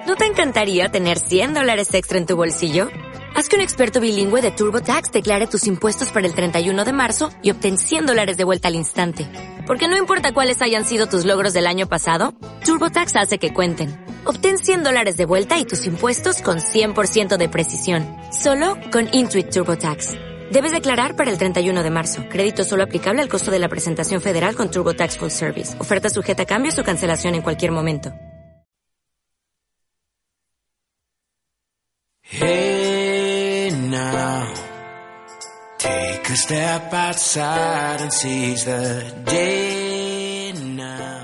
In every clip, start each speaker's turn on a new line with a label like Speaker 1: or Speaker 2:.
Speaker 1: ¿No te encantaría tener $100 extra en tu bolsillo? Haz que un experto bilingüe de TurboTax declare tus impuestos para el 31 de marzo y obtén $100 de vuelta al instante. Porque no importa cuáles hayan sido tus logros del año pasado, TurboTax hace que cuenten. Obtén $100 de vuelta y tus impuestos con 100% de precisión. Solo con Intuit TurboTax. Debes declarar para el 31 de marzo. Crédito solo aplicable al costo de la presentación federal con TurboTax Full Service. Oferta sujeta a cambios o cancelación en cualquier momento.
Speaker 2: Hey now, take a step outside and seize the day now.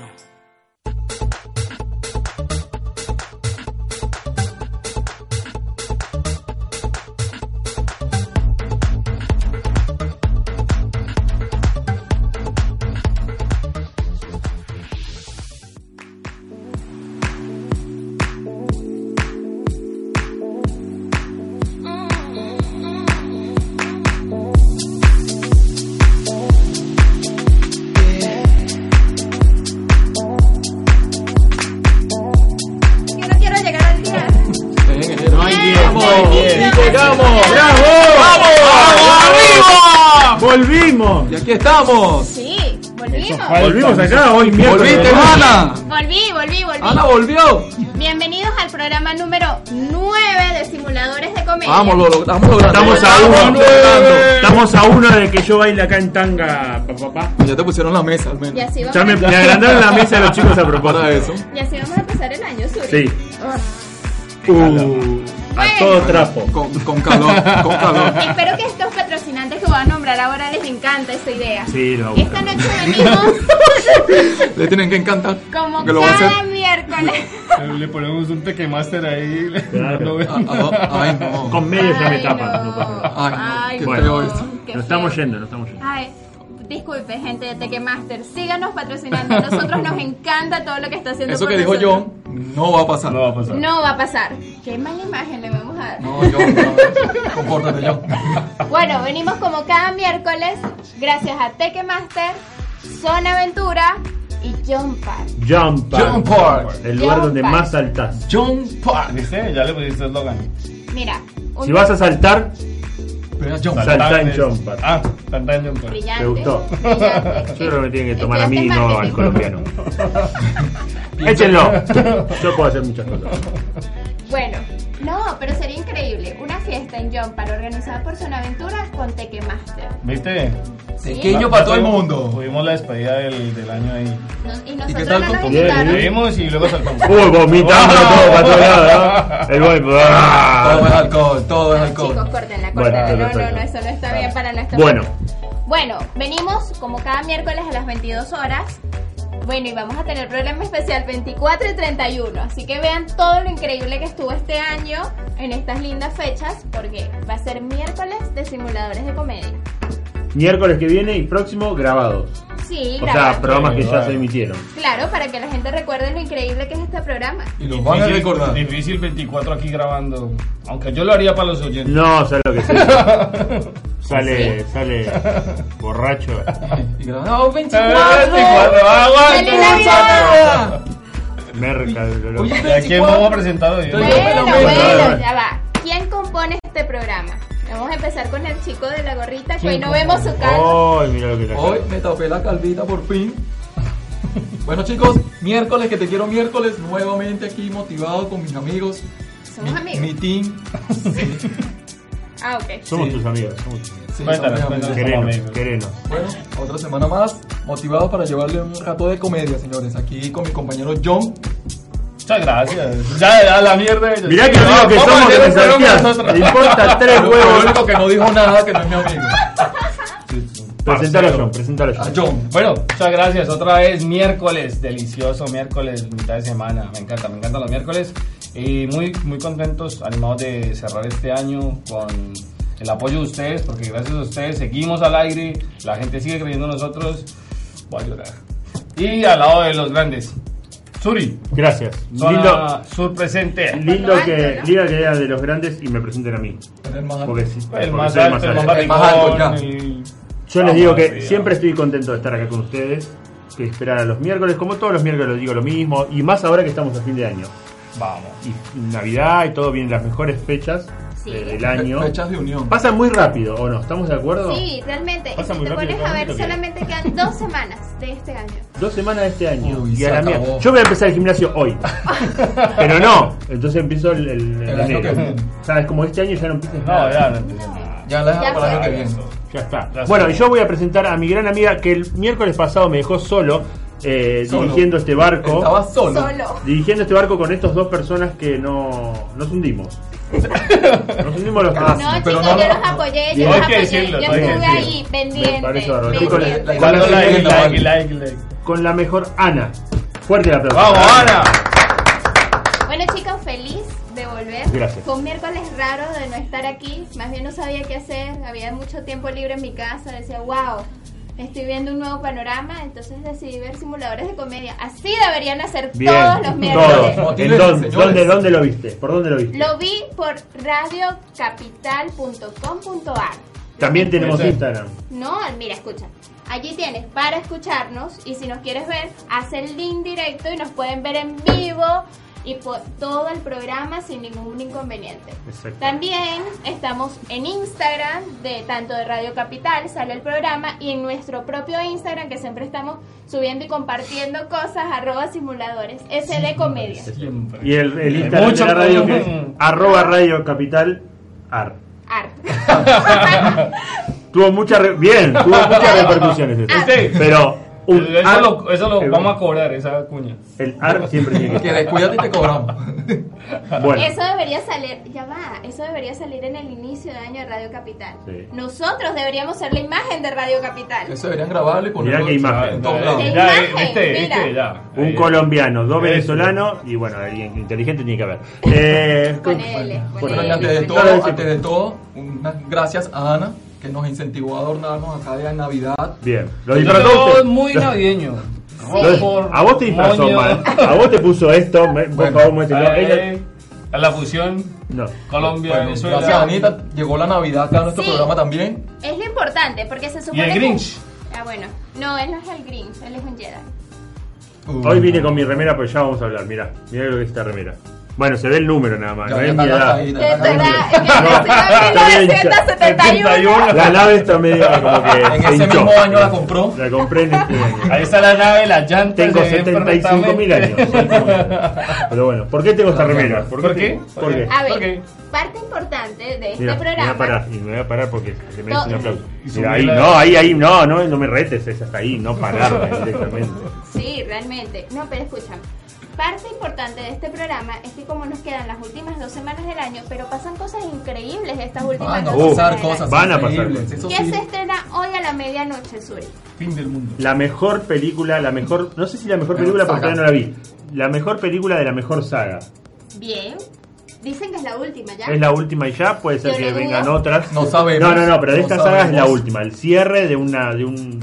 Speaker 3: ¡Volvimos!
Speaker 4: Y aquí estamos.
Speaker 5: Sí, volvimos.
Speaker 3: Volvimos acá hoy miércoles.
Speaker 4: ¿Volviste, Ana?
Speaker 5: Volví.
Speaker 4: Ana volvió.
Speaker 5: Bienvenidos al programa número 9 de Simuladores de Comedia.
Speaker 4: Vamos logrando.
Speaker 3: Estamos a uno de que yo baile acá en tanga, papá.
Speaker 4: Ya te pusieron la mesa al menos.
Speaker 5: Y así vamos
Speaker 3: Ya me agrandaron la mesa de los chicos a
Speaker 4: Para
Speaker 3: propósito.
Speaker 4: eso.
Speaker 5: Y así vamos a empezar el año, Suri.
Speaker 3: Sí. A
Speaker 5: Bueno.
Speaker 3: todo trapo.
Speaker 4: Con calor.
Speaker 5: Espero que estos patrocinantes que voy a nombrar ahora les encanta esta idea.
Speaker 3: Sí, lo
Speaker 5: Esta noche venimos
Speaker 4: Le tienen que encantar.
Speaker 5: como
Speaker 4: Que lo va a
Speaker 5: cada
Speaker 4: hacer.
Speaker 5: miércoles.
Speaker 6: Le ponemos un Tequemaster ahí.
Speaker 3: Claro.
Speaker 4: Ay, no.
Speaker 3: Con medios ya me
Speaker 5: Ay,
Speaker 3: tapan.
Speaker 5: no.
Speaker 3: No pasa nada.
Speaker 4: Ay, qué
Speaker 3: Bueno.
Speaker 4: feo esto.
Speaker 5: Qué
Speaker 3: Nos estamos
Speaker 5: feo.
Speaker 3: yendo.
Speaker 5: Ay, disculpe, gente de Tequemaster, síganos patrocinando. A nosotros nos encanta todo lo que está haciendo.
Speaker 4: Eso
Speaker 5: por
Speaker 4: que dijo
Speaker 5: nosotros.
Speaker 4: John no va a pasar.
Speaker 6: No va a pasar.
Speaker 5: No va a pasar. Qué mala imagen le vamos a dar.
Speaker 4: No, John, no. Compórtate, John.
Speaker 5: Bueno, venimos como cada miércoles, gracias a Tequemaster, Zona Aventura y Jump Park.
Speaker 3: Jump Park. El lugar
Speaker 5: Jump
Speaker 3: donde
Speaker 5: Park.
Speaker 3: más saltás.
Speaker 4: John Park.
Speaker 6: ¿Viste? Ya le pusiste eslogan.
Speaker 5: Mira, un
Speaker 3: Si vas a saltar,
Speaker 4: Pero John Park.
Speaker 3: Saltá en Jump Park.
Speaker 6: Ah, saltá en Jump Park.
Speaker 5: brillante.
Speaker 3: ¿te gustó?
Speaker 5: Brillante.
Speaker 3: Yo creo que me tienen que tomar a mí,
Speaker 5: Estudiaste
Speaker 3: no al
Speaker 5: marketing.
Speaker 3: colombiano. Échenlo. Yo puedo hacer muchas cosas.
Speaker 5: Bueno, no, pero sería increíble. Una fiesta en Jump Park organizada por Zona Aventura con Tequemaster.
Speaker 6: ¿Viste?
Speaker 4: Pequeño para todo el mundo.
Speaker 6: Tuvimos la despedida del año ahí.
Speaker 5: Y
Speaker 4: qué
Speaker 5: nosotros
Speaker 4: tal
Speaker 5: no nos
Speaker 4: con-
Speaker 5: invitaron.
Speaker 6: Tuvimos y luego saltamos.
Speaker 3: Uy, vomitando todo para todos lados, ¿no? El
Speaker 4: Todo es
Speaker 3: gol.
Speaker 4: alcohol, todo es alcohol.
Speaker 5: Chicos, córtenla.
Speaker 3: Bueno,
Speaker 5: No,
Speaker 3: perfecto.
Speaker 5: eso no está bien para nuestra
Speaker 3: Bueno,
Speaker 5: Bueno, venimos como cada miércoles a las 22 horas. Bueno, y vamos a tener programa especial 24 y 31. Así que vean todo lo increíble que estuvo este año en estas lindas fechas, porque va a ser miércoles de simuladores de comedia.
Speaker 3: miércoles que viene y próximo grabados.
Speaker 5: Sí,
Speaker 3: O sea,
Speaker 5: grabando.
Speaker 3: programas que ya se emitieron.
Speaker 5: Claro, para que la gente recuerde lo increíble que es este programa.
Speaker 4: Y los van a recordar.
Speaker 6: Difícil 24 aquí grabando. Aunque yo lo haría para los oyentes.
Speaker 3: No, ¿sabes lo que es? Sale borracho.
Speaker 4: Y grabamos 24.
Speaker 6: 24, aguanta.
Speaker 5: ¡Feliz Navidad!
Speaker 3: Merca del dolor.
Speaker 4: Oye,
Speaker 6: ¿Y a quién vamos a presentar hoy?
Speaker 5: Bueno, ya va. ¿Quién compone este programa? Vamos a empezar con el chico de la gorrita, que hoy no vemos su cara.
Speaker 3: Ay, mira lo que te
Speaker 4: Hoy me tapé la calvita por fin. Bueno, chicos, miércoles, que te quiero miércoles, nuevamente aquí motivado con mis amigos.
Speaker 5: Somos amigos.
Speaker 4: Mi team.
Speaker 5: Ah, ok.
Speaker 3: Somos
Speaker 4: Sí.
Speaker 3: tus amigos. Somos tus amigos.
Speaker 4: Sí,
Speaker 6: Cuéntanos,
Speaker 4: somos amigos.
Speaker 6: cuéntanos.
Speaker 3: Querenos.
Speaker 4: Bueno, otra semana más, motivado para llevarle un rato de comedia, señores. Aquí con mi compañero John.
Speaker 6: Muchas gracias. Ya, la mierda.
Speaker 3: Mirá que digo que
Speaker 6: Vamos a
Speaker 3: somos
Speaker 6: hacer
Speaker 3: de
Speaker 6: un programa
Speaker 3: Mesarquías.
Speaker 6: nosotros.
Speaker 3: Le importa tres
Speaker 4: El
Speaker 3: huevos.
Speaker 4: único que no dijo nada, que no es mi amigo.
Speaker 3: Presentalo John, presentalo
Speaker 4: A
Speaker 3: John.
Speaker 4: John.
Speaker 6: Bueno, muchas gracias. Otra vez miércoles, delicioso miércoles, mitad de semana. Me encantan los miércoles. Y muy contentos, animados de cerrar este año con el apoyo de ustedes, porque gracias a ustedes seguimos al aire, la gente sigue creyendo en nosotros. Voy a llorar. Y al lado de los grandes, Suri,
Speaker 3: Gracias.
Speaker 6: zona sur presente.
Speaker 3: Lindo
Speaker 5: Alto,
Speaker 3: que
Speaker 5: ¿no?
Speaker 3: diga que era de los grandes y me presenten a mí.
Speaker 4: El más alto.
Speaker 3: Porque sí,
Speaker 6: El
Speaker 3: porque
Speaker 6: más
Speaker 3: soy
Speaker 6: alto, el más
Speaker 4: alto. El más alto, ya.
Speaker 6: barrigón,
Speaker 3: Yo les digo que
Speaker 6: sí,
Speaker 3: siempre estoy contento de estar acá con ustedes, que esperar a los miércoles, como todos los miércoles digo lo mismo, y más ahora que estamos a fin de año.
Speaker 6: Vamos.
Speaker 3: Y Navidad y todo, vienen las mejores fechas
Speaker 5: Sí.
Speaker 3: del año.
Speaker 4: Fechas de unión.
Speaker 3: Pasan muy rápido, ¿o no? ¿Estamos de acuerdo?
Speaker 5: Sí, realmente. Y
Speaker 3: Pasa
Speaker 5: si
Speaker 3: muy
Speaker 5: te
Speaker 3: rápido,
Speaker 5: pones a ver,
Speaker 3: realmente,
Speaker 5: solamente quedan 2 semanas de este año.
Speaker 3: 2 semanas de este año.
Speaker 4: Uy,
Speaker 3: y a
Speaker 4: se
Speaker 3: la mierda.
Speaker 4: acabó.
Speaker 3: Yo voy a empezar el gimnasio hoy. Pero no. Entonces empiezo el
Speaker 4: El año que
Speaker 3: enero.
Speaker 4: viene.
Speaker 3: ¿Sabes? Como este año ya no empieces
Speaker 6: No,
Speaker 3: nada.
Speaker 6: ya no empecé nada.
Speaker 4: Ya la dejas
Speaker 5: Ya
Speaker 4: para el año
Speaker 5: fue.
Speaker 4: que viene.
Speaker 3: Ya está.
Speaker 6: Ya
Speaker 3: Bueno,
Speaker 6: está.
Speaker 3: y yo voy a presentar a mi gran amiga que el miércoles pasado me dejó solo,
Speaker 4: Solo.
Speaker 3: dirigiendo este barco.
Speaker 4: Estaba solo.
Speaker 5: Solo.
Speaker 3: Dirigiendo este barco con estas 2 personas que nos hundimos. Nos hundimos los tres.
Speaker 4: Ah,
Speaker 5: No,
Speaker 4: pero
Speaker 5: chicos,
Speaker 4: no,
Speaker 5: yo
Speaker 4: no.
Speaker 5: los apoyé,
Speaker 6: Bien.
Speaker 5: yo los
Speaker 6: Hay que
Speaker 5: apoyé.
Speaker 6: decirlo,
Speaker 5: Yo
Speaker 6: hay que
Speaker 5: estuve
Speaker 6: decirlo.
Speaker 5: ahí pendiente.
Speaker 3: Me parece bárbaro.
Speaker 4: Sí,
Speaker 3: Estoy
Speaker 4: con-
Speaker 6: Dando like,
Speaker 4: Vale.
Speaker 6: like.
Speaker 3: con la mejor Ana. Fuerte el aplauso.
Speaker 6: ¡Vamos, Ana!
Speaker 5: Bueno, chicos, feliz de volver.
Speaker 3: Gracias.
Speaker 5: Fue un miércoles raro de no estar aquí. Más bien no sabía qué hacer. Había mucho tiempo libre en mi casa. Decía, wow, estoy viendo un nuevo panorama. Entonces decidí ver simuladores de comedia. Así deberían hacer
Speaker 3: Bien,
Speaker 5: todos los miércoles.
Speaker 3: todos.
Speaker 4: Motiven,
Speaker 3: ¿En dónde,
Speaker 4: señores.
Speaker 3: dónde lo viste? ¿Por dónde lo viste?
Speaker 5: Lo vi por radiocapital.com.ar.
Speaker 3: También tenemos
Speaker 6: Puede ser.
Speaker 3: Instagram.
Speaker 5: No, mira, escucha. Allí tienes para escucharnos y si nos quieres ver, haz el link directo y nos pueden ver en vivo y por todo el programa sin ningún inconveniente.
Speaker 3: Exacto.
Speaker 5: También estamos en Instagram de tanto de Radio Capital, sale el programa, y en nuestro propio Instagram que siempre estamos subiendo y compartiendo cosas, @simuladores, SD Comedia.
Speaker 6: Siempre.
Speaker 3: Y el Instagram
Speaker 6: Mucho
Speaker 3: de la radio que es
Speaker 6: común.
Speaker 3: @Radio Capital Ar.
Speaker 5: Ar.
Speaker 3: Tuvo muchas repercusiones eso.
Speaker 6: Sí.
Speaker 3: Pero un ar-
Speaker 6: Eso lo vamos a cobrar, esa cuña.
Speaker 3: el ar siempre tiene que
Speaker 4: Que
Speaker 3: estar.
Speaker 4: descuídate y te cobramos.
Speaker 3: Bueno,
Speaker 5: Eso debería salir, ya va, eso debería salir en el inicio de año de Radio Capital.
Speaker 3: Sí.
Speaker 5: Nosotros deberíamos ser la imagen de Radio Capital.
Speaker 4: Eso deberían grabarlo y ponerlo
Speaker 3: Mirá qué imagen.
Speaker 4: en todos lados.
Speaker 5: Ey.
Speaker 6: Ya,
Speaker 5: Imagen, mira.
Speaker 6: ya.
Speaker 3: un
Speaker 6: Ahí.
Speaker 3: colombiano, 2
Speaker 6: Eso.
Speaker 3: venezolanos y bueno, alguien inteligente tiene que haber.
Speaker 5: Ponele,
Speaker 3: bueno,
Speaker 4: Bueno, y
Speaker 5: ponele.
Speaker 4: antes de todo, unas gracias a Ana, que nos incentivó a adornarnos acá de Navidad.
Speaker 3: Bien, lo
Speaker 6: Yo
Speaker 3: disfrutó
Speaker 6: todo
Speaker 3: usted.
Speaker 6: muy navideño.
Speaker 3: A vos te disfrazó
Speaker 6: Moño.
Speaker 3: mal. A vos te puso esto. Por
Speaker 4: Bueno,
Speaker 3: favor, muéstrelo. Ella-
Speaker 6: A la fusión
Speaker 3: No.
Speaker 6: Colombia,
Speaker 4: Bueno,
Speaker 6: Venezuela.
Speaker 4: gracias Anita, llegó la Navidad acá a nuestro
Speaker 5: Sí.
Speaker 4: programa también.
Speaker 5: Es lo importante, porque se
Speaker 6: Y
Speaker 5: supone
Speaker 6: el
Speaker 5: que-
Speaker 6: Grinch.
Speaker 5: Ah, bueno. No, él no es el Grinch, él es un Jedi.
Speaker 3: Hoy vine con mi remera, pero ya vamos a hablar. Mirá lo que es esta remera. Bueno, se ve el número nada más.
Speaker 4: Ya,
Speaker 3: No
Speaker 4: ya
Speaker 3: es mi
Speaker 4: está
Speaker 3: edad.
Speaker 4: gastadita,
Speaker 5: De
Speaker 4: está gastadita.
Speaker 5: verdad, en 1971.
Speaker 3: La nave está medio como que.
Speaker 4: En
Speaker 3: se
Speaker 4: ese
Speaker 3: hinchó.
Speaker 4: mismo año la compró.
Speaker 3: La compré en este año.
Speaker 6: Ahí está la nave, las llantas.
Speaker 3: Tengo
Speaker 6: se ven
Speaker 3: 75.000 años. Pero bueno, ¿por qué tengo esta remera?
Speaker 6: ¿Por qué?
Speaker 3: ¿Por qué?
Speaker 5: A ver,
Speaker 6: Ok.
Speaker 5: parte importante de este
Speaker 3: Mira, me voy a
Speaker 5: programa.
Speaker 3: parar. Y me voy a parar porque se merece un
Speaker 5: No.
Speaker 3: aplauso.
Speaker 6: Y
Speaker 3: Mira, ahí,
Speaker 6: subirla-
Speaker 3: no, ahí, no me retes, es hasta ahí, no pararme directamente.
Speaker 5: Sí, realmente. No, pero escucha. Parte importante de este programa es que como nos quedan las últimas 2 semanas del año, pero pasan cosas increíbles estas últimas
Speaker 4: Van a
Speaker 5: 2 semanas
Speaker 4: pasar
Speaker 5: del
Speaker 4: cosas
Speaker 5: año.
Speaker 3: Van a pasar
Speaker 4: increíbles,
Speaker 3: cosas.
Speaker 4: eso
Speaker 5: ¿Qué
Speaker 4: sí.
Speaker 5: se estrena hoy a la medianoche, Suri?
Speaker 6: Fin del mundo.
Speaker 3: La mejor película, no sé si la mejor
Speaker 4: Bueno,
Speaker 3: película porque
Speaker 4: saga.
Speaker 3: todavía no la vi. La mejor película de la mejor saga.
Speaker 5: Bien. Dicen que es la última ya.
Speaker 3: Es la última y ya, puede ser
Speaker 5: Yo
Speaker 3: que
Speaker 5: lo
Speaker 3: vengan
Speaker 5: dudo.
Speaker 3: otras.
Speaker 4: No sabemos.
Speaker 3: No, pero de
Speaker 4: No
Speaker 3: esta saga es la
Speaker 4: sabemos.
Speaker 3: última. El cierre de un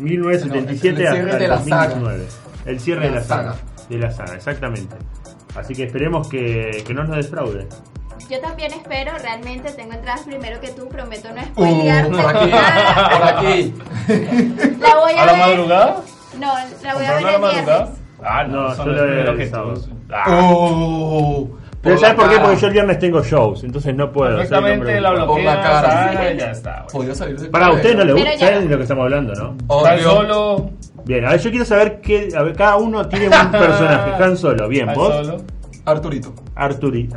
Speaker 3: 1977
Speaker 4: No, el cierre
Speaker 3: hasta
Speaker 4: de
Speaker 3: el
Speaker 4: la
Speaker 3: 2019. El cierre de
Speaker 4: De
Speaker 3: la
Speaker 4: la
Speaker 3: saga.
Speaker 4: saga.
Speaker 3: De la saga, exactamente. Así que esperemos que no nos defraude.
Speaker 5: Yo también espero, realmente tengo entradas primero que tú, prometo no spoilearte
Speaker 4: Por aquí,
Speaker 5: nada.
Speaker 4: por aquí.
Speaker 5: La voy a,
Speaker 6: ¿A la
Speaker 5: ver.
Speaker 6: madrugada?
Speaker 5: No, la voy a ver
Speaker 6: ¿Comprarla a la
Speaker 5: el
Speaker 6: madrugada?
Speaker 5: viernes.
Speaker 6: Ah, no,
Speaker 3: No,
Speaker 6: son
Speaker 3: yo
Speaker 6: los
Speaker 3: la veo
Speaker 6: primeros
Speaker 3: el
Speaker 6: que
Speaker 3: sábado.
Speaker 6: todos.
Speaker 3: Pero
Speaker 4: Por
Speaker 3: ¿sabes
Speaker 4: la
Speaker 3: por qué?
Speaker 4: cara.
Speaker 3: Porque yo el viernes tengo shows, entonces no puedo.
Speaker 6: Perfectamente la
Speaker 4: Por la
Speaker 6: bloquea,
Speaker 4: cara.
Speaker 6: sana, y ya está.
Speaker 4: Podría salir del
Speaker 3: Para ustedes no le
Speaker 5: Pero
Speaker 3: gusta,
Speaker 5: ya.
Speaker 3: ¿saben de lo que estamos hablando, no?
Speaker 6: Han
Speaker 4: Obvio.
Speaker 6: Solo.
Speaker 3: Bien, a ver, yo quiero saber cada uno tiene un personaje. Han Solo, bien,
Speaker 6: Han
Speaker 3: vos.
Speaker 6: Solo.
Speaker 4: Arturito.
Speaker 3: Arturito.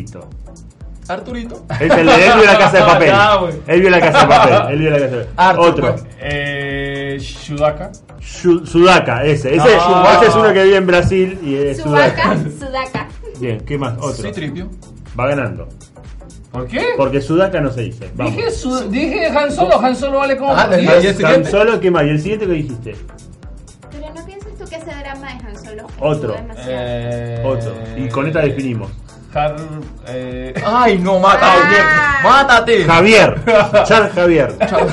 Speaker 4: Arturito.
Speaker 3: Es el de él vio la casa de papel.
Speaker 6: Ya, güey.
Speaker 3: Él vio la casa de papel. Él vio la casa de papel.
Speaker 4: Arthur,
Speaker 3: Otro.
Speaker 4: pues.
Speaker 6: Shudaka.
Speaker 3: Sudaka, ese. Ese
Speaker 6: Ah.
Speaker 3: es uno que vive en Brasil y es
Speaker 5: Sudaca,
Speaker 3: Sudaka.
Speaker 5: Sudaca.
Speaker 3: Bien, ¿qué más? Otro.
Speaker 4: Sí, Tripio.
Speaker 3: Va ganando.
Speaker 6: ¿Por qué?
Speaker 3: Porque Sudaka no se dice. Vamos.
Speaker 6: Dije Han Solo. Han Solo vale como
Speaker 4: Ah,
Speaker 6: por
Speaker 4: el
Speaker 6: 10.
Speaker 4: y el
Speaker 3: Han
Speaker 4: siguiente.
Speaker 3: Solo, ¿qué más? ¿Y el siguiente que dijiste?
Speaker 5: Pero no piensas tú que ese drama de Han Solo estuvo
Speaker 3: Otro.
Speaker 5: demasiado.
Speaker 3: Otro. Y con esta definimos.
Speaker 4: Ay, no, mátate.
Speaker 5: Ah.
Speaker 4: Mátate.
Speaker 3: Javier. Char Javier.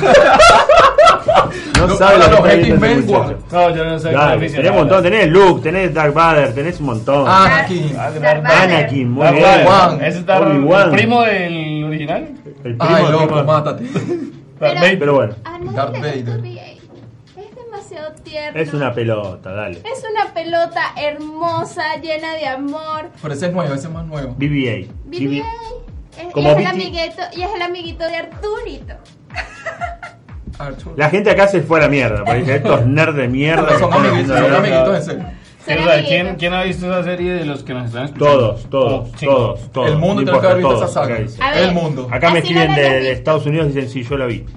Speaker 3: No sabe lo que está viendo ese
Speaker 4: X-Men,
Speaker 3: muchacho.
Speaker 6: No, yo no sé.
Speaker 3: Dale, tenés un montón, tenés Luke, tenés Darth Vader, tenés un montón.
Speaker 4: Anakin.
Speaker 5: Darth Vader.
Speaker 3: Anakin, muy
Speaker 6: Darth
Speaker 3: bien.
Speaker 6: Vader.
Speaker 4: Obi-Wan.
Speaker 6: Ese está
Speaker 3: Obi-Wan.
Speaker 6: el primo del original.
Speaker 3: El
Speaker 4: Ay,
Speaker 3: primo
Speaker 4: loco,
Speaker 3: primo-
Speaker 4: mátate.
Speaker 6: Darth Vader.
Speaker 3: Pero bueno.
Speaker 5: A nadie
Speaker 4: Darth
Speaker 5: le gustó
Speaker 4: Vader.
Speaker 5: BA. Es demasiado tierno.
Speaker 3: Es una pelota, dale.
Speaker 5: Es una pelota hermosa, llena de amor.
Speaker 4: Pero ese es nuevo, ese es más nuevo.
Speaker 3: BB-8.
Speaker 5: BB-8.
Speaker 3: Como
Speaker 5: y es el amiguito de Arturito.
Speaker 4: Arthur.
Speaker 3: La gente acá se fue a la mierda, porque dice, estos nerds de mierda.
Speaker 4: Pero son
Speaker 3: que están
Speaker 4: amiguitos,
Speaker 3: haciendo
Speaker 4: son
Speaker 3: mierda.
Speaker 4: amiguitos en serio.
Speaker 5: Son
Speaker 6: ¿Quién,
Speaker 5: amiguitos.
Speaker 6: ha visto esa serie de los que nos están escuchando?
Speaker 3: Todos.
Speaker 4: El mundo
Speaker 3: no
Speaker 4: tiene que haber visto
Speaker 3: importa,
Speaker 4: esa saga.
Speaker 3: acá dice.
Speaker 5: A ver.
Speaker 4: El mundo.
Speaker 3: Acá me
Speaker 5: Así no
Speaker 3: escriben
Speaker 5: la hayas
Speaker 3: de
Speaker 5: visto.
Speaker 3: Estados Unidos y dicen, sí, yo la vi.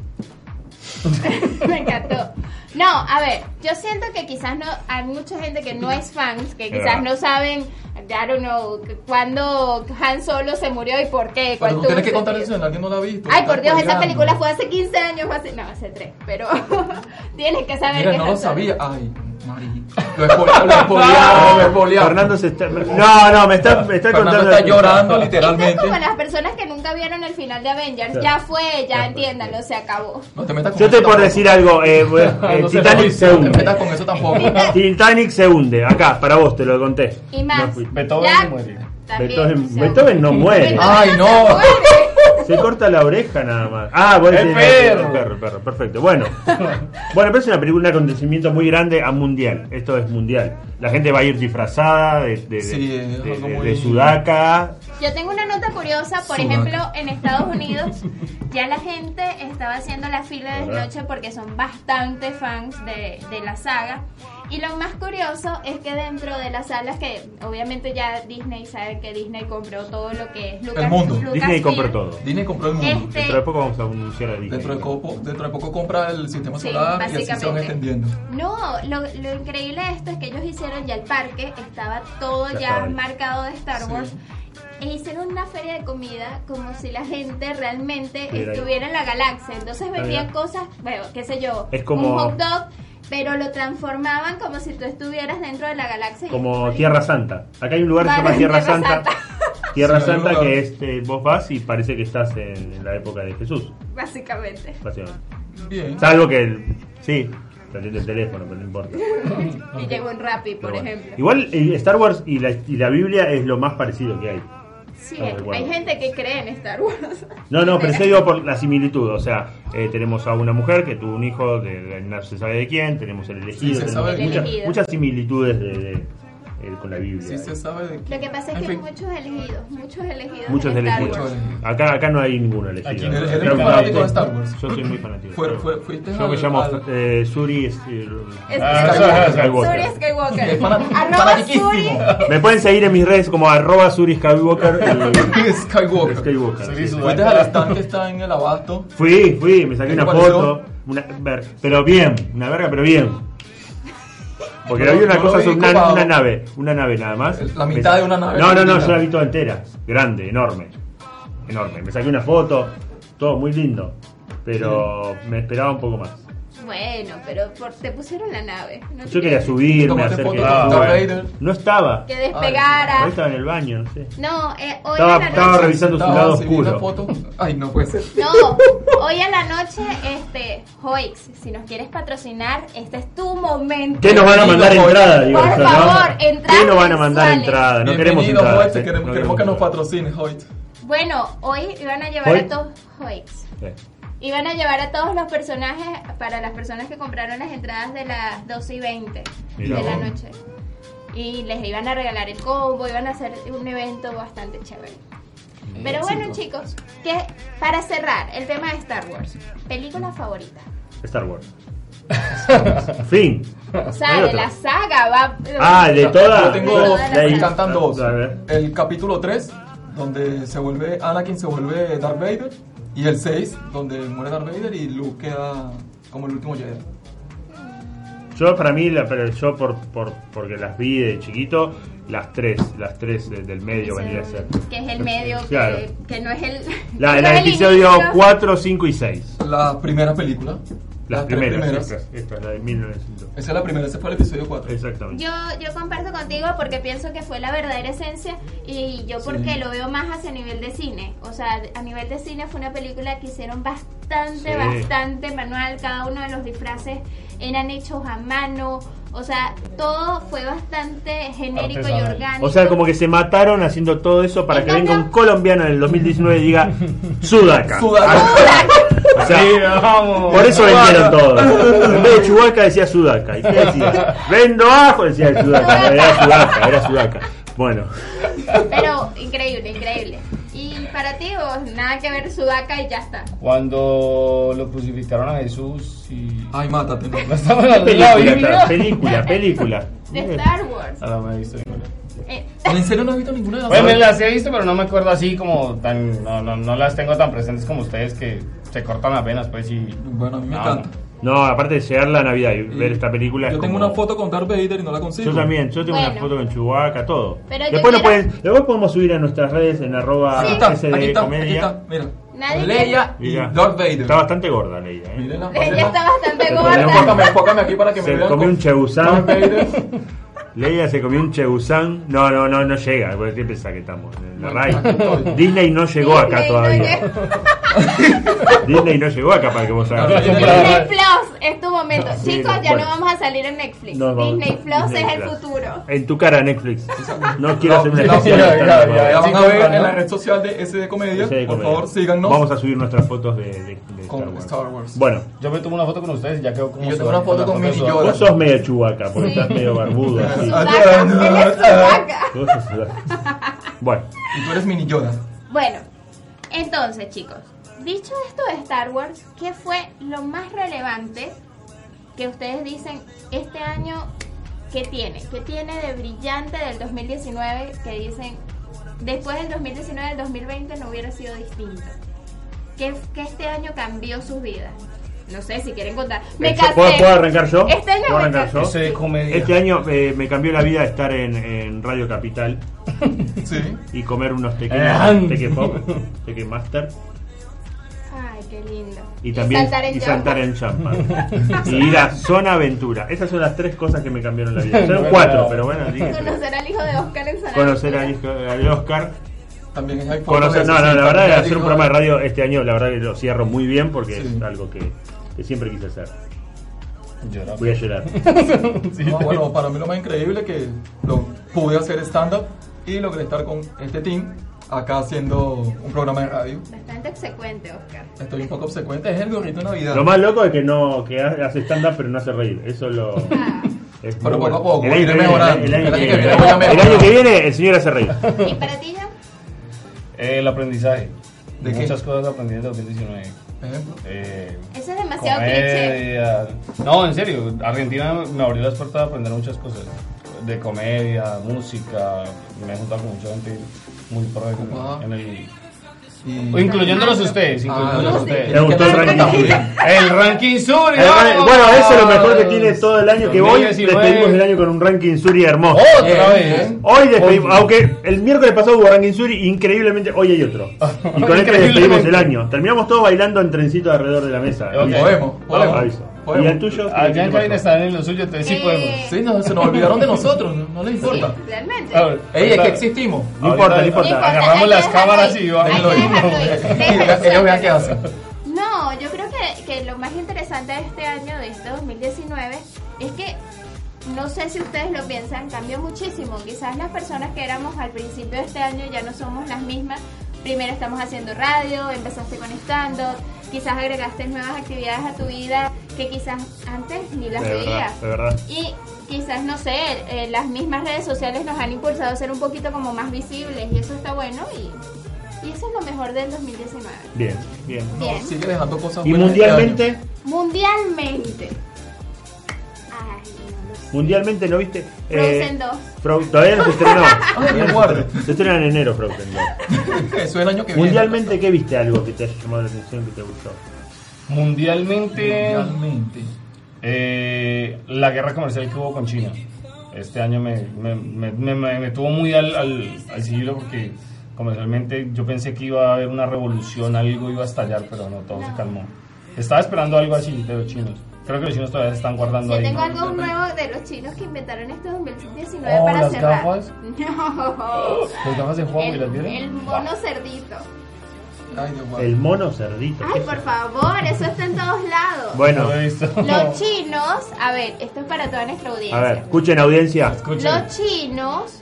Speaker 5: Me encantó. No, a ver, yo siento que quizás no, hay mucha gente que no es fans, que quizás no saben, I don't know, cuándo Han Solo se murió y por qué. cuál
Speaker 4: Pero tú
Speaker 5: tuvo
Speaker 4: tienes que
Speaker 5: el
Speaker 4: contar
Speaker 5: sentido.
Speaker 4: eso, alguien no la ha visto.
Speaker 5: Ay,
Speaker 4: está
Speaker 5: por Dios, esa
Speaker 4: spoileando.
Speaker 5: película fue hace 15 años, no, hace 3, pero tienes que saber
Speaker 4: Mira,
Speaker 5: que
Speaker 4: no
Speaker 5: Han
Speaker 4: lo
Speaker 5: Solo-
Speaker 4: sabía. Ay, Mari. Lo espoleado.
Speaker 3: Fernando se está... No, me está
Speaker 4: Fernando
Speaker 3: contando...
Speaker 4: está llorando
Speaker 5: Esto es
Speaker 4: literalmente.
Speaker 5: como las personas que nunca vieron el final de Avengers.
Speaker 3: Claro.
Speaker 5: Ya fue, ya entiéndanlo, se acabó.
Speaker 4: No te metas con
Speaker 3: Yo
Speaker 4: eso
Speaker 3: estoy por
Speaker 4: tampoco.
Speaker 3: decir algo,
Speaker 6: No se
Speaker 3: Titanic
Speaker 6: lo
Speaker 3: se
Speaker 4: No te
Speaker 3: hunde.
Speaker 4: metas con eso tampoco.
Speaker 3: Titanic se hunde, acá, para vos, te lo conté.
Speaker 5: Y más.
Speaker 3: No fui.
Speaker 6: Beethoven
Speaker 5: Jack
Speaker 6: muere.
Speaker 5: también se
Speaker 3: Beethoven no muere.
Speaker 5: Beethoven
Speaker 4: Ay, no.
Speaker 5: se muere.
Speaker 3: Se corta la oreja nada más. Ah, vos
Speaker 6: El
Speaker 3: decís,
Speaker 6: perro.
Speaker 3: el perro, perfecto. Bueno, pero es una película, un acontecimiento muy grande a mundial. Esto es mundial. La gente va a ir disfrazada
Speaker 4: Sí, es algo muy-
Speaker 3: de sudaca.
Speaker 5: Yo tengo una nota curiosa, por
Speaker 4: Sudaca.
Speaker 5: ejemplo, en Estados Unidos ya la gente estaba haciendo la fila de noche porque son bastante fans de la saga. Y lo más curioso es que dentro de las salas, que obviamente ya Disney sabe que Disney compró todo lo que es
Speaker 4: El mundo.
Speaker 3: Disney compró todo.
Speaker 4: Disney compró el mundo.
Speaker 3: Dentro de poco vamos a anunciar a Disney.
Speaker 4: Dentro de poco compra el sistema
Speaker 5: Sí,
Speaker 4: solar y así se van
Speaker 5: básicamente.
Speaker 4: extendiendo.
Speaker 5: No, lo increíble de esto es que ellos hicieron ya el parque, estaba todo
Speaker 3: Ya
Speaker 5: ya
Speaker 3: estaba ahí.
Speaker 5: marcado de Star
Speaker 4: Sí.
Speaker 5: Wars. E hicieron una feria de comida como si la gente realmente
Speaker 3: Mira ahí.
Speaker 5: estuviera en la galaxia. Entonces vendían
Speaker 3: mira.
Speaker 5: cosas, bueno, qué sé yo,
Speaker 3: Es como-
Speaker 5: un hot dog, pero lo transformaban como si tú estuvieras dentro de la galaxia. y
Speaker 3: Como
Speaker 5: es
Speaker 3: Tierra Santa. Acá hay un lugar que se llama
Speaker 5: Vale,
Speaker 3: Tierra
Speaker 5: Tierra
Speaker 3: Santa.
Speaker 5: Santa.
Speaker 3: Tierra
Speaker 4: Sí, hay un
Speaker 3: Santa
Speaker 4: lugar.
Speaker 3: que es, vos vas y parece que estás en la época de Jesús,
Speaker 5: Básicamente.
Speaker 3: básicamente.
Speaker 4: Bien.
Speaker 3: Salvo que, sí, te atiende el teléfono, pero no importa.
Speaker 5: Y llegó un Rappi, por
Speaker 3: Pero bueno.
Speaker 5: ejemplo.
Speaker 3: Igual Star Wars y la Biblia es lo más parecido que hay.
Speaker 5: Sí,
Speaker 3: no recuerdo.
Speaker 5: hay gente que cree en Star Wars.
Speaker 3: No, pero yo digo por la similitud. O sea, tenemos a una mujer que tuvo un hijo de no se sabe de quién, tenemos el elegido,
Speaker 4: Sí, se
Speaker 3: tenemos
Speaker 4: sabe
Speaker 5: de
Speaker 3: muchas,
Speaker 5: quién.
Speaker 3: muchas similitudes con la Biblia.
Speaker 4: Sí se sabe de
Speaker 5: Lo que pasa es
Speaker 4: En
Speaker 5: que
Speaker 4: fin.
Speaker 5: muchos elegidos
Speaker 3: Muchos
Speaker 5: en Star
Speaker 3: elegidos.
Speaker 4: Muchos
Speaker 5: Wars.
Speaker 4: elegidos.
Speaker 3: Acá no hay ninguno elegido.
Speaker 6: Aquí.
Speaker 4: ¿Eres
Speaker 3: Creo
Speaker 4: muy
Speaker 3: que
Speaker 4: fanático
Speaker 3: hay-
Speaker 4: de Star Wars?
Speaker 3: Yo soy muy fanático.
Speaker 4: Fuiste
Speaker 3: Yo me
Speaker 4: al-
Speaker 3: llamo
Speaker 4: al-
Speaker 3: Suri
Speaker 5: Suri Skywalker.
Speaker 4: Es
Speaker 5: Arroba
Speaker 4: fanatiquísimo.
Speaker 5: Suri.
Speaker 3: Me pueden seguir en mis redes como @Suri Skywalker.
Speaker 4: Skywalker.
Speaker 3: Skywalker.
Speaker 6: Sí,
Speaker 3: sí, sí.
Speaker 6: sí.
Speaker 4: Fuiste al stand que está en el abasto.
Speaker 3: Fui, me saqué
Speaker 4: ¿Qué
Speaker 3: una
Speaker 4: te pareció?
Speaker 3: foto. Pero bien, una verga, pero bien. Porque
Speaker 4: Yo-
Speaker 3: había una
Speaker 4: yo lo
Speaker 3: cosa,
Speaker 4: vi
Speaker 3: sobre
Speaker 4: copado.
Speaker 3: una nave nada más.
Speaker 4: La mitad de una nave.
Speaker 3: No,
Speaker 4: Mira.
Speaker 3: yo la vi toda entera, grande, enorme. Me saqué una foto, todo muy lindo, pero me esperaba un poco más.
Speaker 5: Bueno, pero te pusieron la nave. No
Speaker 3: Yo
Speaker 5: te-
Speaker 3: quería subirme,
Speaker 4: Tomaste
Speaker 3: hacer
Speaker 4: fotos
Speaker 3: que...
Speaker 4: con Darth
Speaker 6: bueno.
Speaker 4: Vader.
Speaker 3: No estaba,
Speaker 5: Que despegara.
Speaker 3: ahí estaba en el baño, no sé.
Speaker 5: No, hoy
Speaker 3: Estaba
Speaker 5: a la
Speaker 3: estaba
Speaker 5: noche.
Speaker 3: revisando su
Speaker 4: Estaba
Speaker 3: lado
Speaker 4: así, vi una
Speaker 3: oscuro.
Speaker 4: foto. Ay, no puede ser.
Speaker 5: No, hoy a la noche, Hoix, si nos quieres patrocinar, este es tu momento.
Speaker 3: ¿Qué nos van a mandar
Speaker 4: Bienvenido,
Speaker 3: entrada? Digo,
Speaker 5: Por
Speaker 3: eso, ¿no?
Speaker 5: favor, entradas
Speaker 3: ¿Qué nos van a mandar
Speaker 5: mensuales.
Speaker 3: entrada? No queremos
Speaker 4: Bienvenido,
Speaker 3: entradas.
Speaker 4: Hoyt, queremos que nos
Speaker 3: entradas.
Speaker 4: patrocine, Hoyt.
Speaker 5: Bueno, hoy iban a llevar
Speaker 3: ¿Hoix?
Speaker 5: a todos Hoix.
Speaker 3: Sí.
Speaker 5: Iban a llevar a todos los personajes para las personas que compraron las entradas de las 12:20
Speaker 3: Mira
Speaker 5: de la
Speaker 3: vos.
Speaker 5: noche. Y les iban a regalar el combo, iban a hacer un evento bastante chévere. Pero bueno, chicos, que para cerrar el tema de Star Wars, película favorita.
Speaker 3: Star Wars. Fin.
Speaker 5: O sea,
Speaker 3: No hay
Speaker 5: de
Speaker 3: otra.
Speaker 5: la saga va.
Speaker 3: Ah, de todas.
Speaker 4: Yo tengo,
Speaker 5: De todas
Speaker 3: de ahí.
Speaker 4: me encantan dos.
Speaker 3: A ver.
Speaker 4: El capítulo 3, donde Anakin se vuelve Darth Vader. Y el 6, donde muere Darth Vader y Luke queda como el último Jedi.
Speaker 3: Yo para mí, pero yo porque las vi de chiquito, las tres del medio vendría a ser.
Speaker 5: Que es el medio,
Speaker 3: Claro.
Speaker 5: que no es el.
Speaker 3: La
Speaker 5: no es el
Speaker 3: episodio
Speaker 5: inicio.
Speaker 3: 4, 5 y 6.
Speaker 4: La primera película.
Speaker 3: Las
Speaker 4: tres
Speaker 3: primeras. Esta es la de 1900.
Speaker 4: Esa es la primera, ese fue el episodio 4.
Speaker 3: Exactamente.
Speaker 5: Yo comparto contigo porque pienso que fue la verdadera esencia y yo porque
Speaker 4: Sí.
Speaker 5: lo veo más hacia nivel de cine. O sea, a nivel de cine fue una película que hicieron bastante manual. Cada uno de los disfraces eran hechos a mano. O sea, todo fue bastante genérico y
Speaker 6: Artesanal.
Speaker 5: orgánico.
Speaker 3: O sea, como que se mataron haciendo todo eso para
Speaker 5: En
Speaker 3: que venga
Speaker 5: cambio-
Speaker 3: un colombiano en el 2019 y diga Sudaca.
Speaker 4: Sudaca.
Speaker 3: O sea,
Speaker 6: Sí, vamos.
Speaker 3: por eso vendieron todo. En vez de Chewbacca decía Sudaka. ¿Y qué decía? Vendo ajo, decía Sudaka. Era Sudaka. Bueno.
Speaker 5: Pero increíble, increíble. Y para ti, vos, nada que ver Sudaka y ya está.
Speaker 6: Cuando lo crucificaron a Jesús y...
Speaker 4: Ay, mátate. No.
Speaker 6: ¿No estamos hablando de la Biblia?
Speaker 3: Película.
Speaker 5: De Star Wars.
Speaker 6: Ah, no me he visto ninguna.
Speaker 4: ¿En serio no has visto ninguna de las
Speaker 6: Bueno,
Speaker 4: dos?
Speaker 6: las he visto, pero no me acuerdo así como tan... No las tengo tan presentes como ustedes que se cortan apenas, pues, y...
Speaker 4: Bueno, a mí me
Speaker 6: No,
Speaker 4: encanta.
Speaker 3: No, aparte de llegar la Navidad y ver esta película.
Speaker 4: Yo
Speaker 3: es
Speaker 4: tengo
Speaker 3: como-
Speaker 4: una foto con Darth Vader y no la consigo.
Speaker 3: Yo también, yo tengo una
Speaker 5: Bueno.
Speaker 3: foto con Chewbacca, todo.
Speaker 5: Pero yo
Speaker 3: Después,
Speaker 5: quiero-
Speaker 3: después podemos subir a nuestras redes en arroba
Speaker 4: Aquí está,
Speaker 3: SD
Speaker 4: aquí está, aquí
Speaker 3: Comedia.
Speaker 4: está. Mira.
Speaker 5: Nadie
Speaker 4: Leia y
Speaker 3: Mira,
Speaker 4: Darth Vader.
Speaker 3: Está bastante gorda Leia, ¿eh?
Speaker 4: Mírenla,
Speaker 5: Ella está bastante
Speaker 3: Se
Speaker 5: gorda.
Speaker 3: comió
Speaker 4: Enfócame aquí para que me
Speaker 3: Se
Speaker 4: vean.
Speaker 3: comió un
Speaker 4: Darth
Speaker 3: Chebusán.
Speaker 4: Vader.
Speaker 3: Leia se comió un Chebusán. No llega, porque ¿qué pensás que estamos? En la RAI.
Speaker 4: Aquí estoy.
Speaker 3: Disney no llegó acá
Speaker 5: Disney no
Speaker 3: todavía. Disney no llegó acá para que vos hagas.
Speaker 5: Disney Plus es tu momento.
Speaker 3: Sí,
Speaker 5: Chicos, ya
Speaker 3: bueno.
Speaker 5: no vamos a salir en Netflix.
Speaker 3: No, vamos.
Speaker 5: Disney Plus
Speaker 3: Disney
Speaker 5: es el
Speaker 3: Plus.
Speaker 5: futuro.
Speaker 3: En tu cara, Netflix. No quiero
Speaker 4: No,
Speaker 3: hacer una
Speaker 4: no,
Speaker 3: especial.
Speaker 4: ya,
Speaker 3: de
Speaker 4: ya,
Speaker 3: stand-up.
Speaker 4: ya, ya van
Speaker 6: Sí,
Speaker 4: a ver
Speaker 6: compran,
Speaker 4: en
Speaker 6: ¿no?
Speaker 4: la red social de SD Comedia.
Speaker 3: Ese de
Speaker 4: Por
Speaker 3: comedia.
Speaker 4: favor, síganos.
Speaker 3: Vamos a subir nuestras fotos de
Speaker 4: Con
Speaker 3: Star Wars.
Speaker 4: Star Wars.
Speaker 3: Bueno,
Speaker 6: Yo me tomo una foto con ustedes y ya quedo como...
Speaker 4: Y yo tengo una foto con Mini
Speaker 6: Yoda.
Speaker 4: Yoda.
Speaker 3: vos sos medio Chewbacca, porque
Speaker 5: Sí.
Speaker 3: estás medio barbudo así.
Speaker 5: Sudaka, él es Sudaka.
Speaker 3: Vos sos Sudaka. Bueno,
Speaker 4: Y tú eres Mini Yoda.
Speaker 5: Bueno, entonces, chicos, dicho esto de Star Wars, ¿qué fue lo más relevante que ustedes dicen este año? ¿Qué tiene? ¿Qué tiene de brillante del 2019 que dicen después del 2019, el 2020 no hubiera sido distinto? ¿Qué este año cambió sus vidas? No sé si quieren contar. Me casé.
Speaker 3: ¿Puedo arrancar yo?
Speaker 5: Este año
Speaker 3: ¿Puedo
Speaker 5: me
Speaker 3: arrancar
Speaker 5: casé.
Speaker 3: yo?
Speaker 6: Ese de comedia.
Speaker 3: Este año me cambió la vida estar en Radio Capital
Speaker 4: Sí.
Speaker 3: y comer unos pequeños Teque Pop, Teque Master
Speaker 5: Ay, qué lindo.
Speaker 3: y también
Speaker 5: saltar en
Speaker 3: saltar en Champa y ir a Zona Aventura. Esas son las 3 cosas que me cambiaron la vida. Son 4, pero bueno, dije,
Speaker 5: Conocer al hijo de Oscar en San
Speaker 3: conocer
Speaker 5: Aventura.
Speaker 3: al Oscar.
Speaker 4: También hay fotos
Speaker 3: Conocer,
Speaker 4: de
Speaker 3: no,
Speaker 4: eso,
Speaker 3: la
Speaker 4: sí,
Speaker 3: verdad
Speaker 4: también
Speaker 3: es hacer un
Speaker 4: digo,
Speaker 3: programa de radio este año, la verdad que lo cierro muy bien porque
Speaker 4: Sí.
Speaker 3: es algo que siempre quise hacer.
Speaker 6: Llora.
Speaker 3: Voy a llorar.
Speaker 4: No, bueno, para mí lo más increíble es que pude hacer stand-up y logré estar con este team acá haciendo un programa de radio.
Speaker 5: Bastante obsecuente, Oscar.
Speaker 4: Estoy un poco obsecuente, es el gorrito de Navidad.
Speaker 3: Lo más loco es que hace stand-up pero no hace reír. Eso es lo...
Speaker 5: Ah.
Speaker 3: es
Speaker 4: Pero
Speaker 3: muy
Speaker 4: poco a
Speaker 3: bueno.
Speaker 4: poco,
Speaker 3: El año
Speaker 4: iré
Speaker 3: que viene,
Speaker 4: mejorando.
Speaker 3: el año
Speaker 4: El
Speaker 3: que
Speaker 4: año
Speaker 3: viene.
Speaker 4: que viene voy a mejorar.
Speaker 3: El año que viene el señor hace reír.
Speaker 5: ¿Y para ti, Jan?
Speaker 6: El aprendizaje.
Speaker 4: ¿De qué?
Speaker 6: Muchas cosas aprendí en 2019.
Speaker 4: Ejemplo.
Speaker 5: Eso es demasiado cliché.
Speaker 6: Comedia. No, en serio, Argentina me abrió las puertas a aprender muchas cosas. De comedia, música. Me he juntado con mucha gente muy pro
Speaker 4: Ah.
Speaker 6: en el...
Speaker 4: Y-
Speaker 6: Incluyéndolos ustedes, incluyéndolos
Speaker 4: Ah,
Speaker 6: ustedes.
Speaker 3: Me gustó el ranking.
Speaker 4: También.
Speaker 6: El ranking sur.
Speaker 3: Bueno, eso es lo mejor que tiene todo el año. Que hoy
Speaker 6: 2019.
Speaker 3: despedimos el año con un ranking Suri hermoso.
Speaker 6: Otra
Speaker 4: Bien,
Speaker 6: vez.
Speaker 4: bien.
Speaker 3: Hoy despedimos, aunque el miércoles pasado hubo ranking Suri, increíblemente hoy hay otro. Y con este
Speaker 6: Increíblemente.
Speaker 3: despedimos el año. Terminamos todos bailando en trencito alrededor de la mesa.
Speaker 6: Ok.
Speaker 4: Podemos.
Speaker 3: Aviso.
Speaker 4: Podemos.
Speaker 3: ¿Y el tuyo?
Speaker 6: Allá en
Speaker 3: ¿Qué
Speaker 6: cabina
Speaker 3: pasó?
Speaker 6: están en lo suyo, entonces sí podemos.
Speaker 4: Sí, no, se nos olvidaron de nosotros, no les importa.
Speaker 5: Realmente.
Speaker 6: A ver,
Speaker 4: Ey, es
Speaker 6: ahorita-
Speaker 4: que existimos.
Speaker 3: No importa, no importa.
Speaker 6: Agarramos
Speaker 5: hay que
Speaker 6: las
Speaker 5: dejarlo
Speaker 6: cámaras
Speaker 5: ahí.
Speaker 6: y vamos.
Speaker 5: Hay que dejarlo ahí.
Speaker 4: Ellos vean qué hacen.
Speaker 5: No, yo creo que lo más interesante de este año, de este 2019, es que no sé si ustedes lo piensan, cambió muchísimo. Quizás las personas que éramos al principio de este año ya no somos las mismas. Primero estamos haciendo radio, empezaste con stand-up, quizás agregaste nuevas actividades a tu vida que quizás antes ni las
Speaker 3: De verdad,
Speaker 5: veías.
Speaker 3: de verdad.
Speaker 5: Y quizás, no sé, las mismas redes sociales nos han impulsado a ser un poquito como más visibles y eso está bueno y eso es lo mejor del 2019.
Speaker 3: Bien, bien.
Speaker 5: Bien.
Speaker 4: Sigue dejando cosas
Speaker 3: Y
Speaker 4: buenas
Speaker 3: mundialmente,
Speaker 5: Mundialmente. Ay, no lo sé.
Speaker 3: mundialmente, ¿no viste?
Speaker 5: Frozen 2.
Speaker 3: Todavía no se estrenó.
Speaker 4: Ay, bien guarde.
Speaker 3: Se estrena en enero Frozen 2.
Speaker 4: este año. Eso es el año que viene.
Speaker 3: Mundialmente, ¿qué viste algo que te haya llamado la atención, que te gustó?
Speaker 6: Mundialmente,
Speaker 4: Mundialmente.
Speaker 6: la guerra comercial que hubo con China. Este año me tuvo muy al siglo porque comercialmente yo pensé que iba a haber una revolución, algo iba a estallar, pero no, todo se calmó. Estaba esperando algo así de los chinos. Creo que los chinos todavía se están guardando
Speaker 5: Yo
Speaker 6: ahí.
Speaker 5: tengo
Speaker 6: ¿no?
Speaker 5: algo nuevo de los chinos que inventaron este 2019
Speaker 6: Oh,
Speaker 5: para
Speaker 6: las
Speaker 5: cerrar.
Speaker 6: gafas.
Speaker 5: No.
Speaker 6: ¿Las gafas de juego y las
Speaker 5: El
Speaker 6: vieron?
Speaker 5: mono cerdito.
Speaker 4: Ay, Dios mío.
Speaker 3: El mono cerdito.
Speaker 5: Ay, por favor, eso está en todos lados.
Speaker 3: Bueno,
Speaker 6: No lo he visto.
Speaker 5: Los chinos, a ver, esto es para toda nuestra audiencia.
Speaker 3: a ver, escuchen audiencia.
Speaker 6: Escuchen.
Speaker 5: Los chinos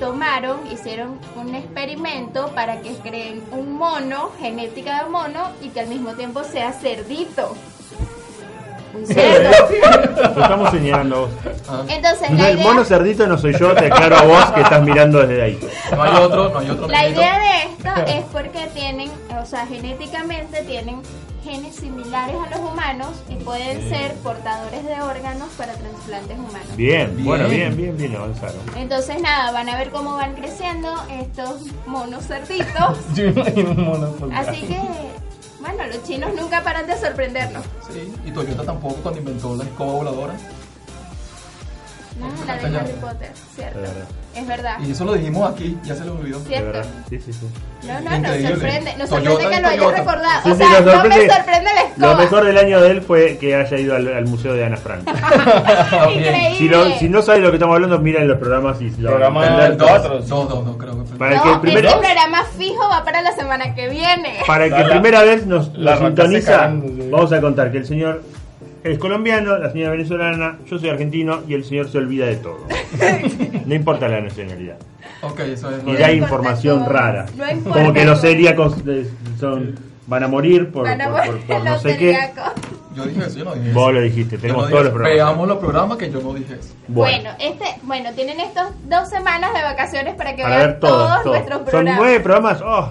Speaker 5: hicieron un experimento para que creen un mono, genética de mono, y que al mismo tiempo sea cerdito. Un cerdo.
Speaker 3: Lo estamos señalando.
Speaker 5: Entonces,
Speaker 3: No,
Speaker 5: la
Speaker 3: el
Speaker 5: idea,
Speaker 3: mono cerdito no soy yo, te aclaro a vos que estás mirando desde ahí.
Speaker 4: No hay otro.
Speaker 5: la
Speaker 4: amiguito.
Speaker 5: idea de esto es porque tienen, o sea, genéticamente tienen genes similares a los humanos y pueden ser portadores de órganos para trasplantes humanos.
Speaker 3: Bien,
Speaker 4: Bien.
Speaker 3: bueno, bien avanzaron.
Speaker 5: Entonces, nada, van a ver cómo van creciendo estos monos cerditos.
Speaker 6: Yo me imagino un mono por
Speaker 5: Así que, bueno, los chinos nunca paran de sorprendernos.
Speaker 4: Sí, y Toyota tampoco cuando inventó la escoba voladora.
Speaker 5: No, la de Harry Potter, cierto.
Speaker 3: De verdad.
Speaker 5: Es verdad.
Speaker 4: Y eso lo dijimos aquí, ya se lo olvidó.
Speaker 3: De
Speaker 5: Cierto.
Speaker 3: verdad. Sí.
Speaker 5: No, nos
Speaker 4: Increíble.
Speaker 5: sorprende. Nos
Speaker 4: Toyota
Speaker 5: sorprende que
Speaker 4: es
Speaker 5: lo hayas
Speaker 4: Toyota.
Speaker 5: recordado.
Speaker 3: Sí,
Speaker 5: O
Speaker 3: sí,
Speaker 5: sea,
Speaker 3: nos
Speaker 5: no me
Speaker 3: sorprende.
Speaker 5: sorprende la escoba.
Speaker 3: Lo mejor del año de él fue que haya ido al museo de Ana Frank.
Speaker 5: Increíble.
Speaker 3: Si no sabes de lo que estamos hablando, miren los programas y lo van a
Speaker 6: Programa
Speaker 3: entender.
Speaker 6: dos.
Speaker 4: Creo que
Speaker 3: Para
Speaker 5: No,
Speaker 3: que el primer-
Speaker 5: este programa fijo va para la semana que viene.
Speaker 3: Para el que primera vez nos
Speaker 6: la rata
Speaker 3: sintoniza,
Speaker 6: se cagando, sí.
Speaker 3: vamos a contar que el señor es colombiano, la señora venezolana, yo soy argentino y el señor se olvida de todo. No importa la nacionalidad.
Speaker 4: Ok, eso es.
Speaker 3: Y
Speaker 5: No
Speaker 3: da
Speaker 5: importa
Speaker 3: información
Speaker 5: todo.
Speaker 3: rara.
Speaker 5: No importa
Speaker 3: Como que los
Speaker 5: todo.
Speaker 3: celíacos van a morir por,
Speaker 5: Van a
Speaker 3: por
Speaker 5: morir
Speaker 3: no
Speaker 5: los
Speaker 3: sé qué.
Speaker 5: celíacos.
Speaker 4: Yo dije eso, yo no dije eso.
Speaker 3: Vos lo dijiste,
Speaker 4: Yo
Speaker 3: tenemos
Speaker 4: no
Speaker 3: todos
Speaker 4: dije
Speaker 3: los
Speaker 4: eso.
Speaker 3: programas.
Speaker 4: Veamos los programas que yo no dije eso.
Speaker 5: Bueno, tienen estos 2 semanas de vacaciones para que
Speaker 3: Para
Speaker 5: vean
Speaker 3: ver todos.
Speaker 5: nuestros
Speaker 3: Son
Speaker 5: programas.
Speaker 3: 9 programas. Oh.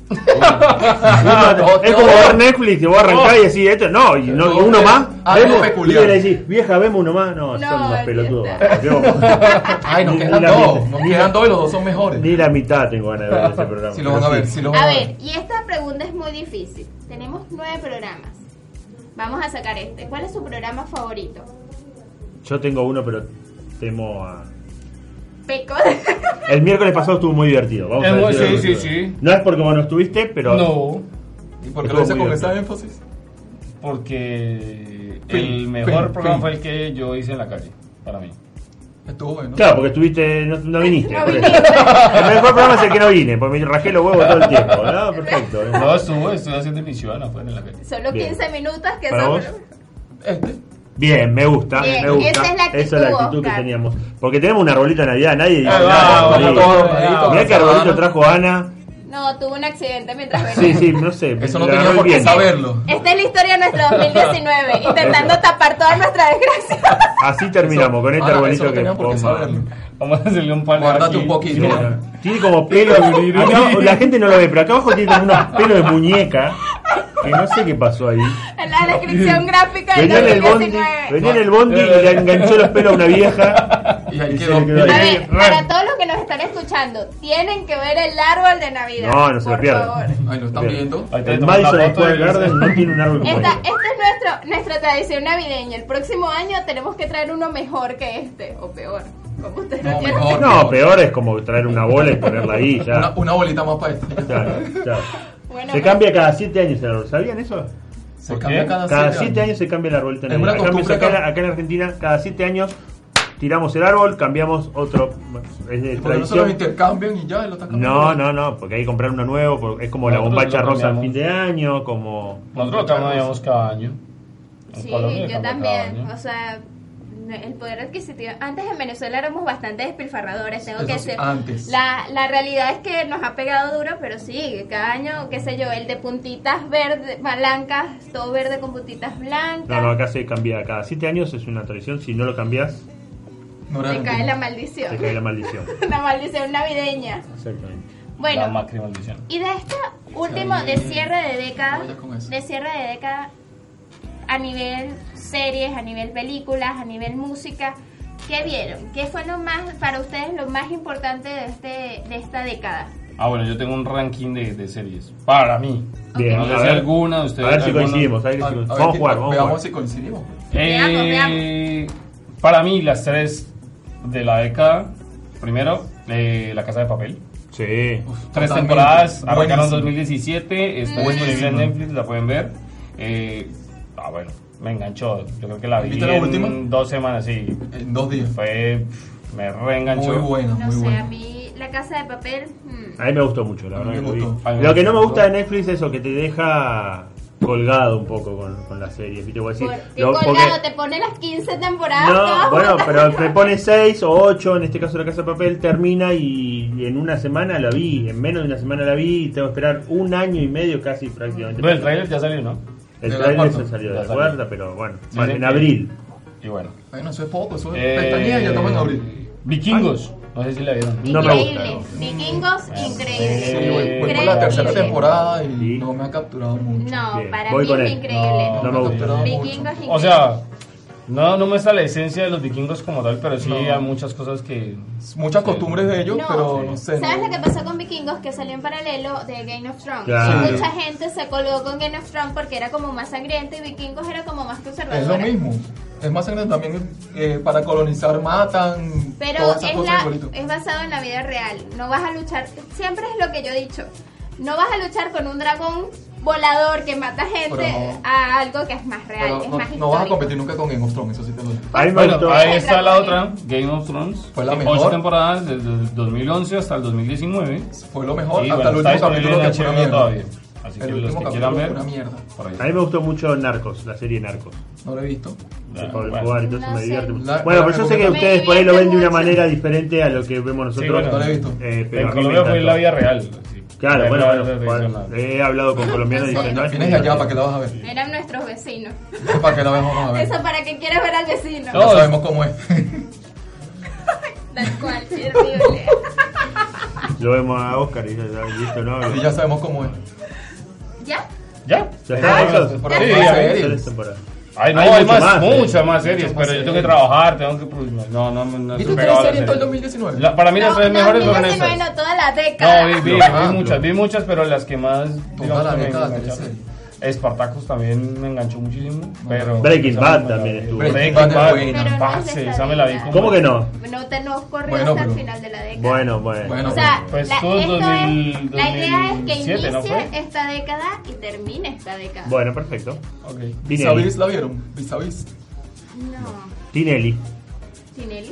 Speaker 3: Es como ver Netflix, que vos arrancás y decís esto, no, y no, y uno más,
Speaker 4: Algo
Speaker 3: vemos,
Speaker 4: peculiar.
Speaker 3: y le decís, vieja, vemos uno más, no,
Speaker 5: No,
Speaker 3: son unos
Speaker 5: ya
Speaker 3: pelotudos.
Speaker 5: está.
Speaker 4: Ay, nos
Speaker 3: Ni
Speaker 4: quedan
Speaker 3: la
Speaker 4: dos.
Speaker 3: mitad.
Speaker 4: Nos quedan dos y los dos son mejores.
Speaker 3: Ni la mitad tengo ganas de ver ese programa.
Speaker 4: Si lo van a
Speaker 3: pero
Speaker 4: ver,
Speaker 3: sí.
Speaker 4: si lo van
Speaker 5: A
Speaker 4: a
Speaker 5: ver, y esta pregunta es muy difícil. Tenemos 9 programas. Vamos a sacar este. ¿Cuál es su programa favorito?
Speaker 3: Yo tengo uno, pero temo a...
Speaker 5: Peco.
Speaker 3: El miércoles pasado estuvo muy divertido. Vamos a
Speaker 6: Sí,
Speaker 3: decirlo.
Speaker 6: sí, sí.
Speaker 3: No es porque vos no estuviste, pero...
Speaker 6: No,
Speaker 4: ¿Y por qué
Speaker 3: Estuvo
Speaker 4: lo dice
Speaker 3: muy
Speaker 4: con esa
Speaker 3: bien.
Speaker 4: énfasis?
Speaker 6: porque
Speaker 4: Fin,
Speaker 6: el mejor
Speaker 4: fin,
Speaker 6: programa
Speaker 4: fin.
Speaker 6: fue el que yo hice en la calle, para mí.
Speaker 4: Estuvo bueno.
Speaker 3: Claro, porque estuviste, no viniste.
Speaker 5: No
Speaker 3: por eso.
Speaker 5: viniste.
Speaker 3: El mejor programa es el que no vine, porque me rajé los huevos todo el tiempo. No, perfecto.
Speaker 6: No, estuve haciendo emisión afuera en la calle.
Speaker 5: Solo
Speaker 3: Bien.
Speaker 5: 15 minutos que
Speaker 3: ¿Para
Speaker 5: son.
Speaker 3: vos?
Speaker 4: Este.
Speaker 3: Me gusta,
Speaker 5: Bien,
Speaker 3: me gusta.
Speaker 5: esa es la actitud,
Speaker 3: Esa es la actitud que
Speaker 5: Oscar.
Speaker 3: teníamos. Porque tenemos un arbolito de Navidad, nadie dice
Speaker 6: Ah,
Speaker 3: nada.
Speaker 6: vamos,
Speaker 3: Sí.
Speaker 6: vamos,
Speaker 4: vamos.
Speaker 3: Mirá qué arbolito trajo Ana.
Speaker 5: No, tuvo un accidente mientras
Speaker 3: Sí,
Speaker 5: venía.
Speaker 3: sí, no sé.
Speaker 4: Eso no
Speaker 3: la
Speaker 4: tenía
Speaker 3: agarró
Speaker 4: por qué
Speaker 3: bien.
Speaker 4: saberlo.
Speaker 5: Esta es la historia de nuestro 2019, intentando tapar toda nuestra desgracia.
Speaker 3: Así terminamos con este
Speaker 4: Ana,
Speaker 3: arbolito
Speaker 4: eso no
Speaker 3: que
Speaker 4: tenían por qué
Speaker 3: ponga.
Speaker 4: saberlo.
Speaker 6: Vamos a hacerle un par de
Speaker 4: Guárdate
Speaker 6: aquí.
Speaker 4: un poquito.
Speaker 3: Mira, tiene como pelo. Acá, la gente no lo ve, pero acá abajo tiene como unos pelos de muñeca. Que no sé qué pasó ahí.
Speaker 5: En la descripción gráfica del
Speaker 3: Venía en el bondi,
Speaker 5: 2019.
Speaker 3: venía en el bondi y le enganchó los pelos a una vieja.
Speaker 4: Y ahí
Speaker 3: se
Speaker 4: quedó.
Speaker 3: le quedó
Speaker 5: A
Speaker 3: ahí.
Speaker 5: ver, para todos los que nos están escuchando, tienen que ver el árbol de Navidad.
Speaker 3: No se lo
Speaker 5: por
Speaker 3: pierdan.
Speaker 5: favor.
Speaker 4: Ahí lo están viendo.
Speaker 6: Ahí te
Speaker 3: El
Speaker 6: tomo una
Speaker 3: Madison
Speaker 6: foto
Speaker 3: Square
Speaker 6: y-
Speaker 3: Garden no tiene un árbol como
Speaker 5: Esta
Speaker 3: este.
Speaker 5: es nuestra tradición navideña. El próximo año tenemos que traer uno mejor que este, o peor, como ustedes lo
Speaker 4: No,
Speaker 5: quieran.
Speaker 4: mejor.
Speaker 3: No, peor es como traer una bola y ponerla ahí. Ya.
Speaker 4: Una bolita más para este.
Speaker 3: Claro, claro.
Speaker 5: Bueno,
Speaker 3: Se cambia cada 7 años el árbol. ¿Sabían eso?
Speaker 4: Se
Speaker 6: ¿Por
Speaker 4: cambia
Speaker 6: qué?
Speaker 3: Cada 7 años se cambia el arbolito.
Speaker 4: Es una
Speaker 3: Acá,
Speaker 4: costumbre
Speaker 3: acá en Argentina, cada 7 años tiramos el árbol, cambiamos otro. Es de
Speaker 4: Porque no se los
Speaker 3: tradición.
Speaker 4: intercambian y ya lo están cambiando.
Speaker 3: No, porque hay que comprar uno nuevo. Es como la
Speaker 6: Nosotros
Speaker 3: bombacha
Speaker 6: lo
Speaker 3: rosa al
Speaker 6: cambiamos.
Speaker 3: fin de año, como.
Speaker 6: Nosotros lo cambiamos cada año. En
Speaker 5: sí,
Speaker 6: Colombia
Speaker 5: yo
Speaker 6: cambia cada
Speaker 5: también.
Speaker 6: año.
Speaker 5: O sea, el poder adquisitivo. Antes en Venezuela éramos bastante despilfarradores, tengo
Speaker 4: Eso
Speaker 5: que
Speaker 4: sí,
Speaker 5: decir.
Speaker 4: antes.
Speaker 5: La realidad es que nos ha pegado duro, pero sí, cada año, qué sé yo, el de puntitas verdes, blancas, todo verde con puntitas blancas.
Speaker 3: No, acá se cambia cada 7 años, es una tradición. Si no lo cambias,
Speaker 4: No era
Speaker 5: Te cae la
Speaker 3: te
Speaker 5: maldición.
Speaker 3: cae la maldición.
Speaker 5: La maldición navideña.
Speaker 3: Exactamente.
Speaker 6: La
Speaker 5: Bueno,
Speaker 6: máxima maldición.
Speaker 5: y de este último, de cierre de década,
Speaker 4: Vaya con eso.
Speaker 5: a nivel series, a nivel películas, a nivel música, ¿qué vieron? ¿Qué fue lo más, para ustedes, lo más importante de esta década?
Speaker 6: Ah, bueno, yo tengo un ranking de series. Para mí.
Speaker 3: Bien,
Speaker 6: No sé
Speaker 3: a
Speaker 6: si
Speaker 3: ver,
Speaker 6: alguna de ustedes.
Speaker 3: a ver si
Speaker 6: alguna-
Speaker 3: coincidimos. a ver si
Speaker 4: A
Speaker 3: coincidimos.
Speaker 4: ver,
Speaker 3: Vamos a jugar, vamos a
Speaker 4: veamos
Speaker 3: jugar.
Speaker 4: si coincidimos.
Speaker 5: Veamos.
Speaker 6: Para mí, las tres de la década. Primero, La Casa de Papel.
Speaker 3: Sí.
Speaker 6: Tres
Speaker 4: Totalmente.
Speaker 6: temporadas, arrancaron en
Speaker 4: Buenísimo.
Speaker 6: 2017, está disponible en Netflix, la pueden ver. Bueno, me enganchó. Yo creo que la vi
Speaker 4: ¿Viste la última?
Speaker 6: en 2 semanas, sí.
Speaker 4: En 2 días.
Speaker 6: Me reenganchó.
Speaker 4: Muy buena,
Speaker 5: No
Speaker 4: muy
Speaker 5: sé,
Speaker 4: buena.
Speaker 5: a mí La Casa de Papel,
Speaker 3: A mí me gustó mucho, la
Speaker 4: A mí
Speaker 3: verdad.
Speaker 4: me
Speaker 3: que lo vi.
Speaker 4: gustó.
Speaker 6: A mí me
Speaker 3: Lo que no me
Speaker 6: gustó.
Speaker 3: gusta de Netflix es eso, que te deja colgado un poco con la serie, ¿viste? Voy a decir,
Speaker 5: ¿Qué colgado? Te pone las 15 temporadas.
Speaker 3: no, bueno, pero te pone 6 o 8, en este caso La Casa de Papel termina y en una semana la vi, en menos de una semana la vi y tengo que esperar 1 año y medio casi prácticamente.
Speaker 6: Bueno, el trailer ya salió, ¿no?
Speaker 3: El
Speaker 4: de la
Speaker 3: trailer
Speaker 4: cuarta.
Speaker 3: se salió de
Speaker 6: Ya
Speaker 3: la
Speaker 6: salió.
Speaker 3: cuarta, pero bueno,
Speaker 6: Sí,
Speaker 3: en abril.
Speaker 6: Y bueno.
Speaker 4: Bueno, eso es poco, eso es pestañilla y ya estamos en abril.
Speaker 6: Vikingos. No sé si la vieron.
Speaker 3: No me gusta,
Speaker 5: Increíble.
Speaker 3: no.
Speaker 5: Vikingos, increíble.
Speaker 4: Sí, voy por la
Speaker 5: Increíble.
Speaker 4: tercera temporada y
Speaker 3: Sí.
Speaker 4: no me ha capturado mucho.
Speaker 5: No,
Speaker 3: Bien,
Speaker 5: para
Speaker 3: voy
Speaker 5: mí
Speaker 3: con
Speaker 5: es
Speaker 3: él.
Speaker 5: increíble.
Speaker 3: No me gusta.
Speaker 5: Vikingos, increíble.
Speaker 6: O sea, no muestra la esencia de los vikingos como tal, pero sí
Speaker 4: No.
Speaker 6: hay muchas cosas que...
Speaker 4: Muchas costumbres de ellos,
Speaker 5: No.
Speaker 4: pero no sé.
Speaker 5: ¿Sabes
Speaker 4: no-
Speaker 5: lo que pasó con Vikingos? Que salió en paralelo de Game of Thrones.
Speaker 3: Claro.
Speaker 5: Y mucha gente se colgó con Game of Thrones porque era como más sangriento y Vikingos era como más conservador.
Speaker 4: Es lo mismo. Es más sangre también para colonizar matan.
Speaker 5: Pero
Speaker 4: todas esas
Speaker 5: es,
Speaker 4: cosas igualito.
Speaker 5: es basado en la vida real. No vas a luchar, siempre es lo que yo he dicho. No vas a luchar con un dragón volador que mata gente
Speaker 4: Pero-
Speaker 5: a algo que es más real,
Speaker 4: Pero
Speaker 5: es
Speaker 4: no,
Speaker 5: más
Speaker 4: no
Speaker 5: histórico.
Speaker 4: vas a competir nunca con Game of Thrones, eso sí te lo digo.
Speaker 3: A mí me
Speaker 6: Bueno,
Speaker 3: gustó.
Speaker 6: ahí está la otra, Game of Thrones.
Speaker 4: Fue la
Speaker 6: 8
Speaker 4: mejor.
Speaker 6: temporadas, desde el 2011 hasta el 2019.
Speaker 4: Fue lo mejor
Speaker 6: Y
Speaker 4: hasta
Speaker 6: bueno,
Speaker 4: el
Speaker 6: está
Speaker 4: último
Speaker 6: disponible
Speaker 4: capítulo
Speaker 6: en
Speaker 4: que fue una
Speaker 6: HBO
Speaker 4: mierda.
Speaker 6: todavía. Así
Speaker 4: El
Speaker 6: que los
Speaker 4: último
Speaker 6: que
Speaker 4: capítulo
Speaker 6: quieran
Speaker 4: fue
Speaker 6: ver,
Speaker 4: una mierda.
Speaker 6: por ahí.
Speaker 3: A mí me gustó mucho Narcos, la serie Narcos.
Speaker 4: No lo he visto.
Speaker 3: De
Speaker 6: Ah,
Speaker 3: Pablo
Speaker 6: bueno.
Speaker 3: Escobar y todo eso
Speaker 5: No
Speaker 3: me
Speaker 5: sé.
Speaker 3: divierte mucho.
Speaker 4: La-
Speaker 3: Bueno,
Speaker 4: la
Speaker 3: pero yo sé que
Speaker 4: recomiendo.
Speaker 3: ustedes por ahí lo ven de una
Speaker 5: mucho.
Speaker 3: manera diferente a lo que vemos nosotros.
Speaker 6: bueno.
Speaker 4: No lo he visto.
Speaker 3: Pero
Speaker 6: En
Speaker 3: a mí me
Speaker 6: Colombia fue
Speaker 3: encantó.
Speaker 6: la vida real. sí.
Speaker 3: Claro,
Speaker 6: La
Speaker 3: bueno,
Speaker 6: vida
Speaker 3: bueno,
Speaker 6: tradicional.
Speaker 3: he hablado con colombianos y
Speaker 5: No sé.
Speaker 3: dicen, no, es
Speaker 4: Tienes
Speaker 3: muy
Speaker 4: allá
Speaker 3: divertido.
Speaker 4: para que la vas a ver.
Speaker 5: Eran nuestros vecinos.
Speaker 4: Para que la vamos a ver.
Speaker 5: Eso para que quieras ver al vecino.
Speaker 6: No.
Speaker 4: Ya sabemos cómo es.
Speaker 5: Tal cual, terrible.
Speaker 3: Lo vemos a Oscar y ya listo, ¿no?
Speaker 4: Y ya sabemos cómo es.
Speaker 5: ¿Ya?
Speaker 6: ¿Ya?
Speaker 3: ¿Ya está eso?
Speaker 4: Por
Speaker 6: Sí,
Speaker 4: ahí
Speaker 6: ya
Speaker 4: hay
Speaker 6: vi.
Speaker 4: series.
Speaker 3: 3 temporadas.
Speaker 6: Ay, no,
Speaker 3: Hay
Speaker 6: hay
Speaker 3: mucho
Speaker 6: más,
Speaker 3: más,
Speaker 6: muchas más series,
Speaker 4: Muchas más
Speaker 6: pero yo tengo que
Speaker 4: series.
Speaker 6: trabajar, tengo que... pues, no
Speaker 4: ¿Y
Speaker 6: estoy
Speaker 4: tú
Speaker 6: pegado a
Speaker 4: tienes
Speaker 6: la
Speaker 4: serie en todo el
Speaker 6: serie.
Speaker 4: 2019?
Speaker 6: Para mí las tres mejores fueron
Speaker 5: 2019
Speaker 6: esas.
Speaker 5: no, toda la década.
Speaker 6: No, vi muchas, pero las que más
Speaker 4: Toda la
Speaker 6: que me
Speaker 4: década
Speaker 6: engancharon.
Speaker 4: tenés serie.
Speaker 6: Spartacus también me enganchó muchísimo, pero...
Speaker 3: Breaking
Speaker 6: esa
Speaker 3: Bad
Speaker 6: me la
Speaker 3: también
Speaker 6: vi.
Speaker 3: estuvo.
Speaker 6: Breaking
Speaker 4: Breaking Bad
Speaker 6: Bad,
Speaker 4: es buena.
Speaker 5: Pero no
Speaker 6: parce,
Speaker 5: es de esta
Speaker 6: esa me la vi
Speaker 5: década.
Speaker 6: como...
Speaker 3: ¿Cómo que no?
Speaker 5: No corrió
Speaker 4: Bueno,
Speaker 5: hasta el
Speaker 4: pero-
Speaker 5: final de la década.
Speaker 3: Bueno.
Speaker 4: Bueno,
Speaker 5: O sea,
Speaker 6: Pues
Speaker 5: la,
Speaker 6: todo
Speaker 5: esto
Speaker 6: 2000,
Speaker 5: es, la idea es que
Speaker 6: 2007, ¿no
Speaker 5: inicie
Speaker 6: fue?
Speaker 5: esta década y termine esta década.
Speaker 3: Bueno, perfecto.
Speaker 6: Ok.
Speaker 3: Tinelli.
Speaker 4: ¿Vis-a-vis la vieron? ¿Vis-a-vis?
Speaker 5: No.
Speaker 3: Tinelli.
Speaker 5: ¿Tinelli?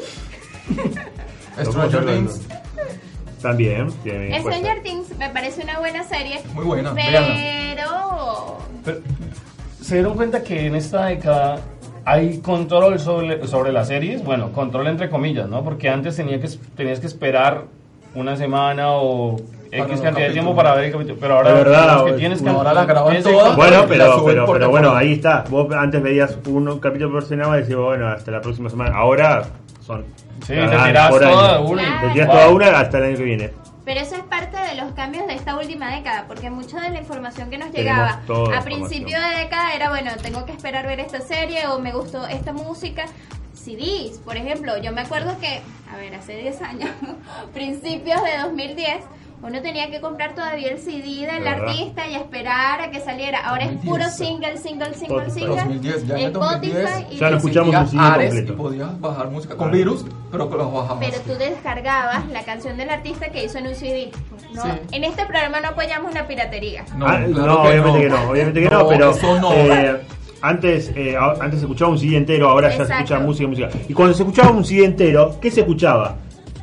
Speaker 4: Stranger Things.
Speaker 3: También. Tiene
Speaker 5: Stranger Things me parece una buena serie.
Speaker 4: Muy buena, véanla.
Speaker 5: Pero...
Speaker 6: Pero, ¿se dieron cuenta que en esta década hay control sobre las series? Bueno, control entre comillas, ¿no? Porque antes tenías que esperar una semana o
Speaker 4: Para
Speaker 6: X
Speaker 4: los
Speaker 6: cantidad de
Speaker 4: capítulos.
Speaker 6: tiempo para ver el capítulo. Pero ahora
Speaker 3: De verdad,
Speaker 6: digamos que tienes que...
Speaker 4: ahora las graban
Speaker 6: tienes que-
Speaker 4: todas.
Speaker 3: Bueno,
Speaker 4: Y la
Speaker 3: pero
Speaker 4: suben por
Speaker 3: bueno,
Speaker 4: temporada.
Speaker 3: ahí está. Vos antes veías un capítulo por semana y decías, bueno, hasta la próxima semana. Ahora son.
Speaker 6: Sí,
Speaker 3: cada
Speaker 6: te tirás
Speaker 3: por
Speaker 6: toda
Speaker 3: año.
Speaker 6: una.
Speaker 5: Claro.
Speaker 3: Te tiras
Speaker 6: Wow.
Speaker 3: toda una hasta el año que viene.
Speaker 5: Pero eso es parte de los cambios de esta última década, porque mucha de la información que nos
Speaker 3: Tenemos
Speaker 5: llegaba
Speaker 3: toda la
Speaker 5: a principio de década era, bueno, tengo que esperar ver esta serie o me gustó esta música. CDs, por ejemplo, yo me acuerdo que, a ver, hace 10 años, principios de 2010, uno tenía que comprar todavía el CD del
Speaker 3: ¿Verdad?
Speaker 5: artista y esperar a que saliera. Ahora es
Speaker 4: 2010,
Speaker 5: puro
Speaker 4: sí.
Speaker 5: single,
Speaker 3: Spotify.
Speaker 4: 2010, ya en el
Speaker 5: Spotify
Speaker 4: 2010
Speaker 5: y
Speaker 3: ya lo
Speaker 5: music.
Speaker 3: escuchamos un CD
Speaker 4: Ares
Speaker 3: completo.
Speaker 4: y podías bajar música con virus, pero que los bajabas.
Speaker 5: Pero tú descargabas la canción del artista que hizo en un CD. ¿no?
Speaker 4: Sí.
Speaker 5: En este programa no apoyamos la piratería.
Speaker 4: No,
Speaker 3: Ah,
Speaker 4: claro
Speaker 3: no, obviamente que no, obviamente que no, pero
Speaker 4: eso no.
Speaker 3: antes se escuchaba un CD entero, ahora ya se
Speaker 5: Exacto.
Speaker 3: escucha música. Y cuando se escuchaba un CD entero, ¿qué se escuchaba?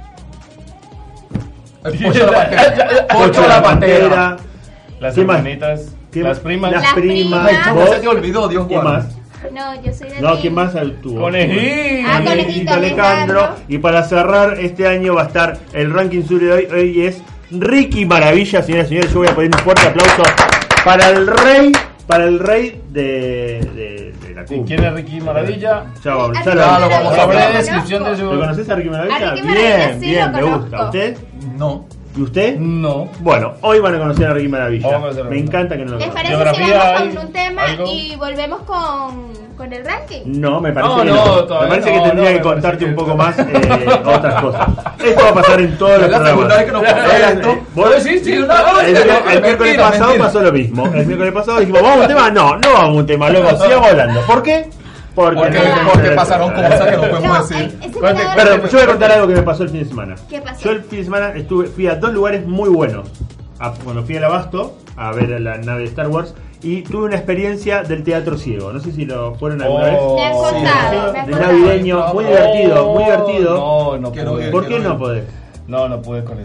Speaker 4: El Pocho la Pantera.
Speaker 3: Pocho la Pantera.
Speaker 6: Las
Speaker 3: ¿Qué más?
Speaker 6: hermanitas,
Speaker 3: ¿Qué
Speaker 6: las
Speaker 3: más?
Speaker 6: primas,
Speaker 3: Las
Speaker 5: Las
Speaker 3: primas.
Speaker 5: primas.
Speaker 4: ¿Cómo
Speaker 3: ¿Vos?
Speaker 4: se te olvidó, Dios
Speaker 3: ¿Quién
Speaker 4: guarde?
Speaker 3: más?
Speaker 5: No, yo soy de
Speaker 3: No,
Speaker 5: ti.
Speaker 3: ¿quién más tuvo?
Speaker 6: Conejito.
Speaker 5: Ah,
Speaker 3: Conejito
Speaker 5: Conejito
Speaker 3: Alejandro.
Speaker 5: Alejandro.
Speaker 3: Y para cerrar este año va a estar el ranking sur de hoy es Ricky Maravilla, señoras y señores. Yo voy a pedir un fuerte aplauso para el rey de la
Speaker 6: ¿Y
Speaker 3: cumbia.
Speaker 6: quién es Ricky Maravilla?
Speaker 3: Ya
Speaker 5: A
Speaker 3: lo
Speaker 5: Ricky
Speaker 4: lo
Speaker 3: vamos.
Speaker 4: vamos a
Speaker 5: Maravilla
Speaker 4: ver.
Speaker 6: Habrá
Speaker 5: lo
Speaker 6: en descripción de
Speaker 5: conozco.
Speaker 6: su...
Speaker 3: ¿Lo conoces a Ricky Maravilla?
Speaker 5: A Ricky Maravilla sí
Speaker 3: bien,
Speaker 5: lo
Speaker 3: me
Speaker 5: conozco.
Speaker 3: gusta. ¿Usted?
Speaker 4: No.
Speaker 3: ¿Y usted?
Speaker 6: No.
Speaker 3: Bueno, hoy van a conocer a Ricky Maravilla.
Speaker 6: Vamos a conocer a
Speaker 3: Me
Speaker 6: Ricky.
Speaker 3: encanta que no lo
Speaker 5: ¿Les
Speaker 3: conozcan.
Speaker 5: parece si
Speaker 6: Geografía,
Speaker 5: vamos
Speaker 6: ¿hay
Speaker 5: con un tema
Speaker 6: algo?
Speaker 5: y volvemos con el ranking?
Speaker 3: No, me parece
Speaker 6: No,
Speaker 3: que
Speaker 6: no,
Speaker 3: no. Me
Speaker 6: todavía
Speaker 3: parece
Speaker 6: no,
Speaker 3: que tendría
Speaker 6: no,
Speaker 3: que
Speaker 6: me
Speaker 3: contarte
Speaker 6: parece
Speaker 3: un
Speaker 6: que-
Speaker 3: poco más otras cosas. Esto va a pasar en todos los
Speaker 4: Es la segunda vez
Speaker 3: programas.
Speaker 4: que nos pasa esto.
Speaker 3: Vos-
Speaker 6: Sí, sí,
Speaker 3: el
Speaker 4: Mentira,
Speaker 3: miércoles pasado
Speaker 4: mentira.
Speaker 3: pasó lo mismo. El miércoles pasado dijimos, ¿vamos a un tema? No vamos a un tema, luego sigamos hablando. ¿Por qué?
Speaker 4: Porque pasaron cosas que no podemos decir.
Speaker 5: ese
Speaker 3: Pero
Speaker 5: cuidado-
Speaker 3: yo voy a contar algo que me pasó el fin de semana.
Speaker 5: ¿Qué pasó?
Speaker 3: Yo el fin de semana fui a 2 lugares muy buenos. Cuando fui al Abasto a ver la nave de Star Wars y tuve una experiencia del teatro ciego. No sé si lo fueron alguna vez.
Speaker 5: Me han contado, me han
Speaker 3: De
Speaker 5: contado.
Speaker 3: navideño, muy divertido, muy divertido.
Speaker 6: No, no
Speaker 4: Quiero
Speaker 6: pude.
Speaker 4: ir.
Speaker 3: ¿Por qué no podés?
Speaker 6: No pude con eso.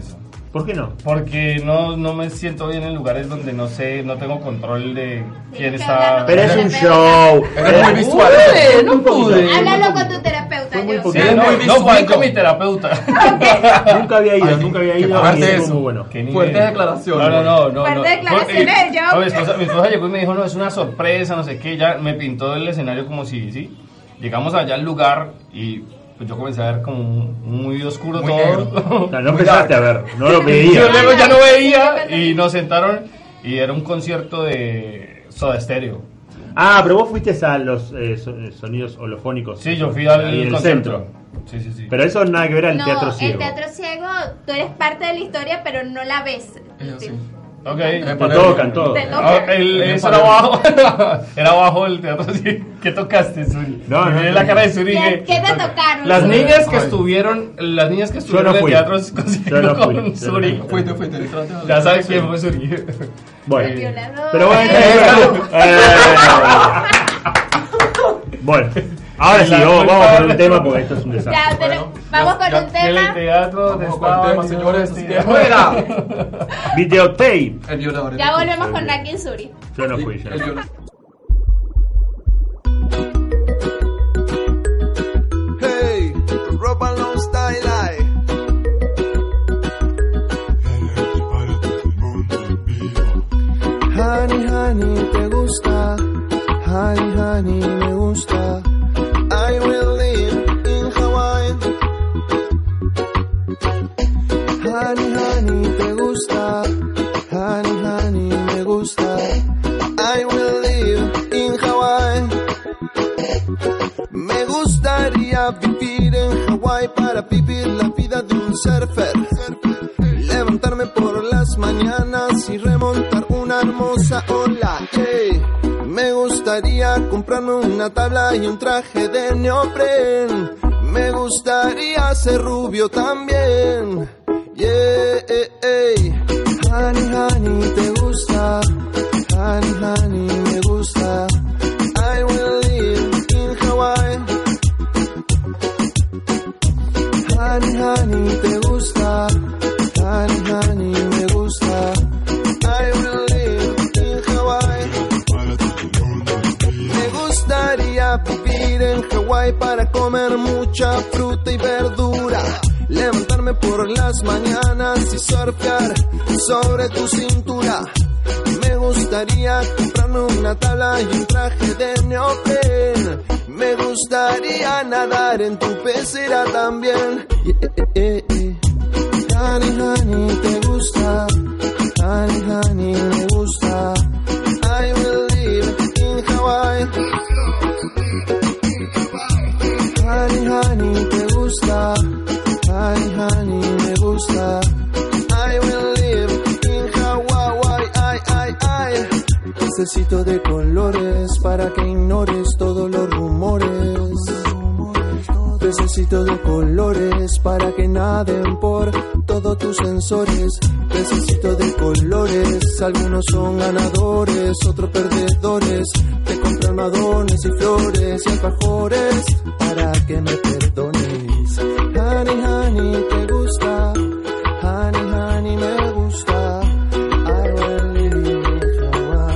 Speaker 3: ¿Por qué no?
Speaker 6: Porque no me siento bien en lugares donde no sé, no tengo control de quién
Speaker 5: Tienes que
Speaker 6: está.
Speaker 5: hablarlo
Speaker 3: Pero
Speaker 5: con
Speaker 3: es
Speaker 5: tu
Speaker 3: un
Speaker 5: terapeuta.
Speaker 3: show.
Speaker 4: Eres muy visual.
Speaker 6: No pude.
Speaker 5: Háblalo con tu terapeuta.
Speaker 3: Fue muy
Speaker 5: yo.
Speaker 3: poquito.
Speaker 6: Sí, no,
Speaker 4: muy
Speaker 6: no,
Speaker 4: visual.
Speaker 6: fue con mi terapeuta.
Speaker 3: Nunca había ido,
Speaker 4: Ay,
Speaker 3: y
Speaker 4: qué
Speaker 3: es
Speaker 4: fuerte
Speaker 3: muy
Speaker 4: eso.
Speaker 3: bueno.
Speaker 6: Qué nivel.
Speaker 4: Fuertes declaraciones.
Speaker 6: No.
Speaker 5: Fuertes declaraciones del Joe.
Speaker 6: No, mi esposa llegó y me dijo, no, es una sorpresa, no sé qué. Ya me pintó el escenario como si, sí. Llegamos allá al lugar y pues yo comencé a ver como muy oscuro
Speaker 4: Muy
Speaker 6: todo.
Speaker 4: negro.
Speaker 3: O sea, no empezaste a ver, no lo veía.
Speaker 6: Yo luego ya no veía y nos sentaron y era un concierto de Soda Stereo.
Speaker 3: Ah, pero vos fuiste a los sonidos holofónicos.
Speaker 6: Sí, yo fui al
Speaker 3: ahí en el
Speaker 6: concierto.
Speaker 3: centro.
Speaker 6: Sí.
Speaker 3: Pero eso nada que ver al
Speaker 5: No,
Speaker 3: teatro ciego.
Speaker 5: el teatro ciego, tú eres parte de la historia, pero no la ves.
Speaker 4: Ellos sí.
Speaker 6: Ok.
Speaker 3: Te tocan todo.
Speaker 5: Te tocan.
Speaker 6: Eso era abajo. Era abajo del teatro. Sí. ¿Qué tocaste, Suri?
Speaker 3: No,
Speaker 6: Miré la cara de Suri. y
Speaker 5: ¿Qué,
Speaker 6: dije,
Speaker 5: qué te tocaron?
Speaker 6: Las niñas que
Speaker 4: Ay.
Speaker 6: estuvieron
Speaker 3: Yo no
Speaker 6: en el
Speaker 3: fui.
Speaker 6: teatro se consiguieron
Speaker 3: Yo no fui.
Speaker 6: con Suri.
Speaker 4: Fuiste, entraste a la-
Speaker 6: Ya sabes quién fue Suri.
Speaker 5: El
Speaker 3: Bueno,
Speaker 5: violador.
Speaker 3: pero bueno, bueno, ahora sí, vamos con un tema porque esto es un desastre.
Speaker 5: Ya, vamos con un
Speaker 6: El
Speaker 5: tema.
Speaker 6: teatro
Speaker 4: Vamos con el tema, señores, así que
Speaker 6: fuera.
Speaker 3: Videotape.
Speaker 4: El violador.
Speaker 5: Ya volvemos con Rankin Suri.
Speaker 3: Yo no fui, yo no
Speaker 4: El
Speaker 3: fui.
Speaker 4: violador.
Speaker 7: Hey, Rob Alone Style Eye. Honey, honey, te gusta. Honey, honey, me gusta. I will live in Hawaii. Honey, honey, te gusta. Honey, honey, me gusta. I will live in Hawaii. Me gustaría vivir en Hawái para vivir la vida de un surfer. Levantarme por las mañanas y remontar una hermosa ola. Yeah. Me gustaría comprarme una tabla y un traje de neopren. Me gustaría ser rubio también. Yeah, honey, honey, te gusta. Honey, honey, me gusta. I will live in Hawaii. Honey, honey, te gusta. Honey, honey, me gusta. I will live in Hawaii. Me gustaría vivir en Hawái para comer mucha fruta y verdura. Levantarme por las mañanas y surfear sobre tu cintura. Me gustaría comprarme una tabla y un traje de neopren. Me gustaría nadar en tu pecera también. Honey, honey, te gusta. Honey, honey, me gusta. I will live in Hawaii. Honey, honey, te gusta. Honey, honey, me gusta. I will live in Hawaii. Ay. Necesito de colores para que ignores todos los rumores. Necesito de colores para que naden por todos tus sensores. Necesito de colores, algunos son ganadores, otros perdedores. Te compran madones y flores y alfajores para que me perdones. Honey, honey, te gusta. Honey, honey, me gusta. I will live in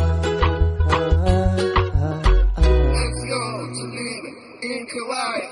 Speaker 7: Hawaii.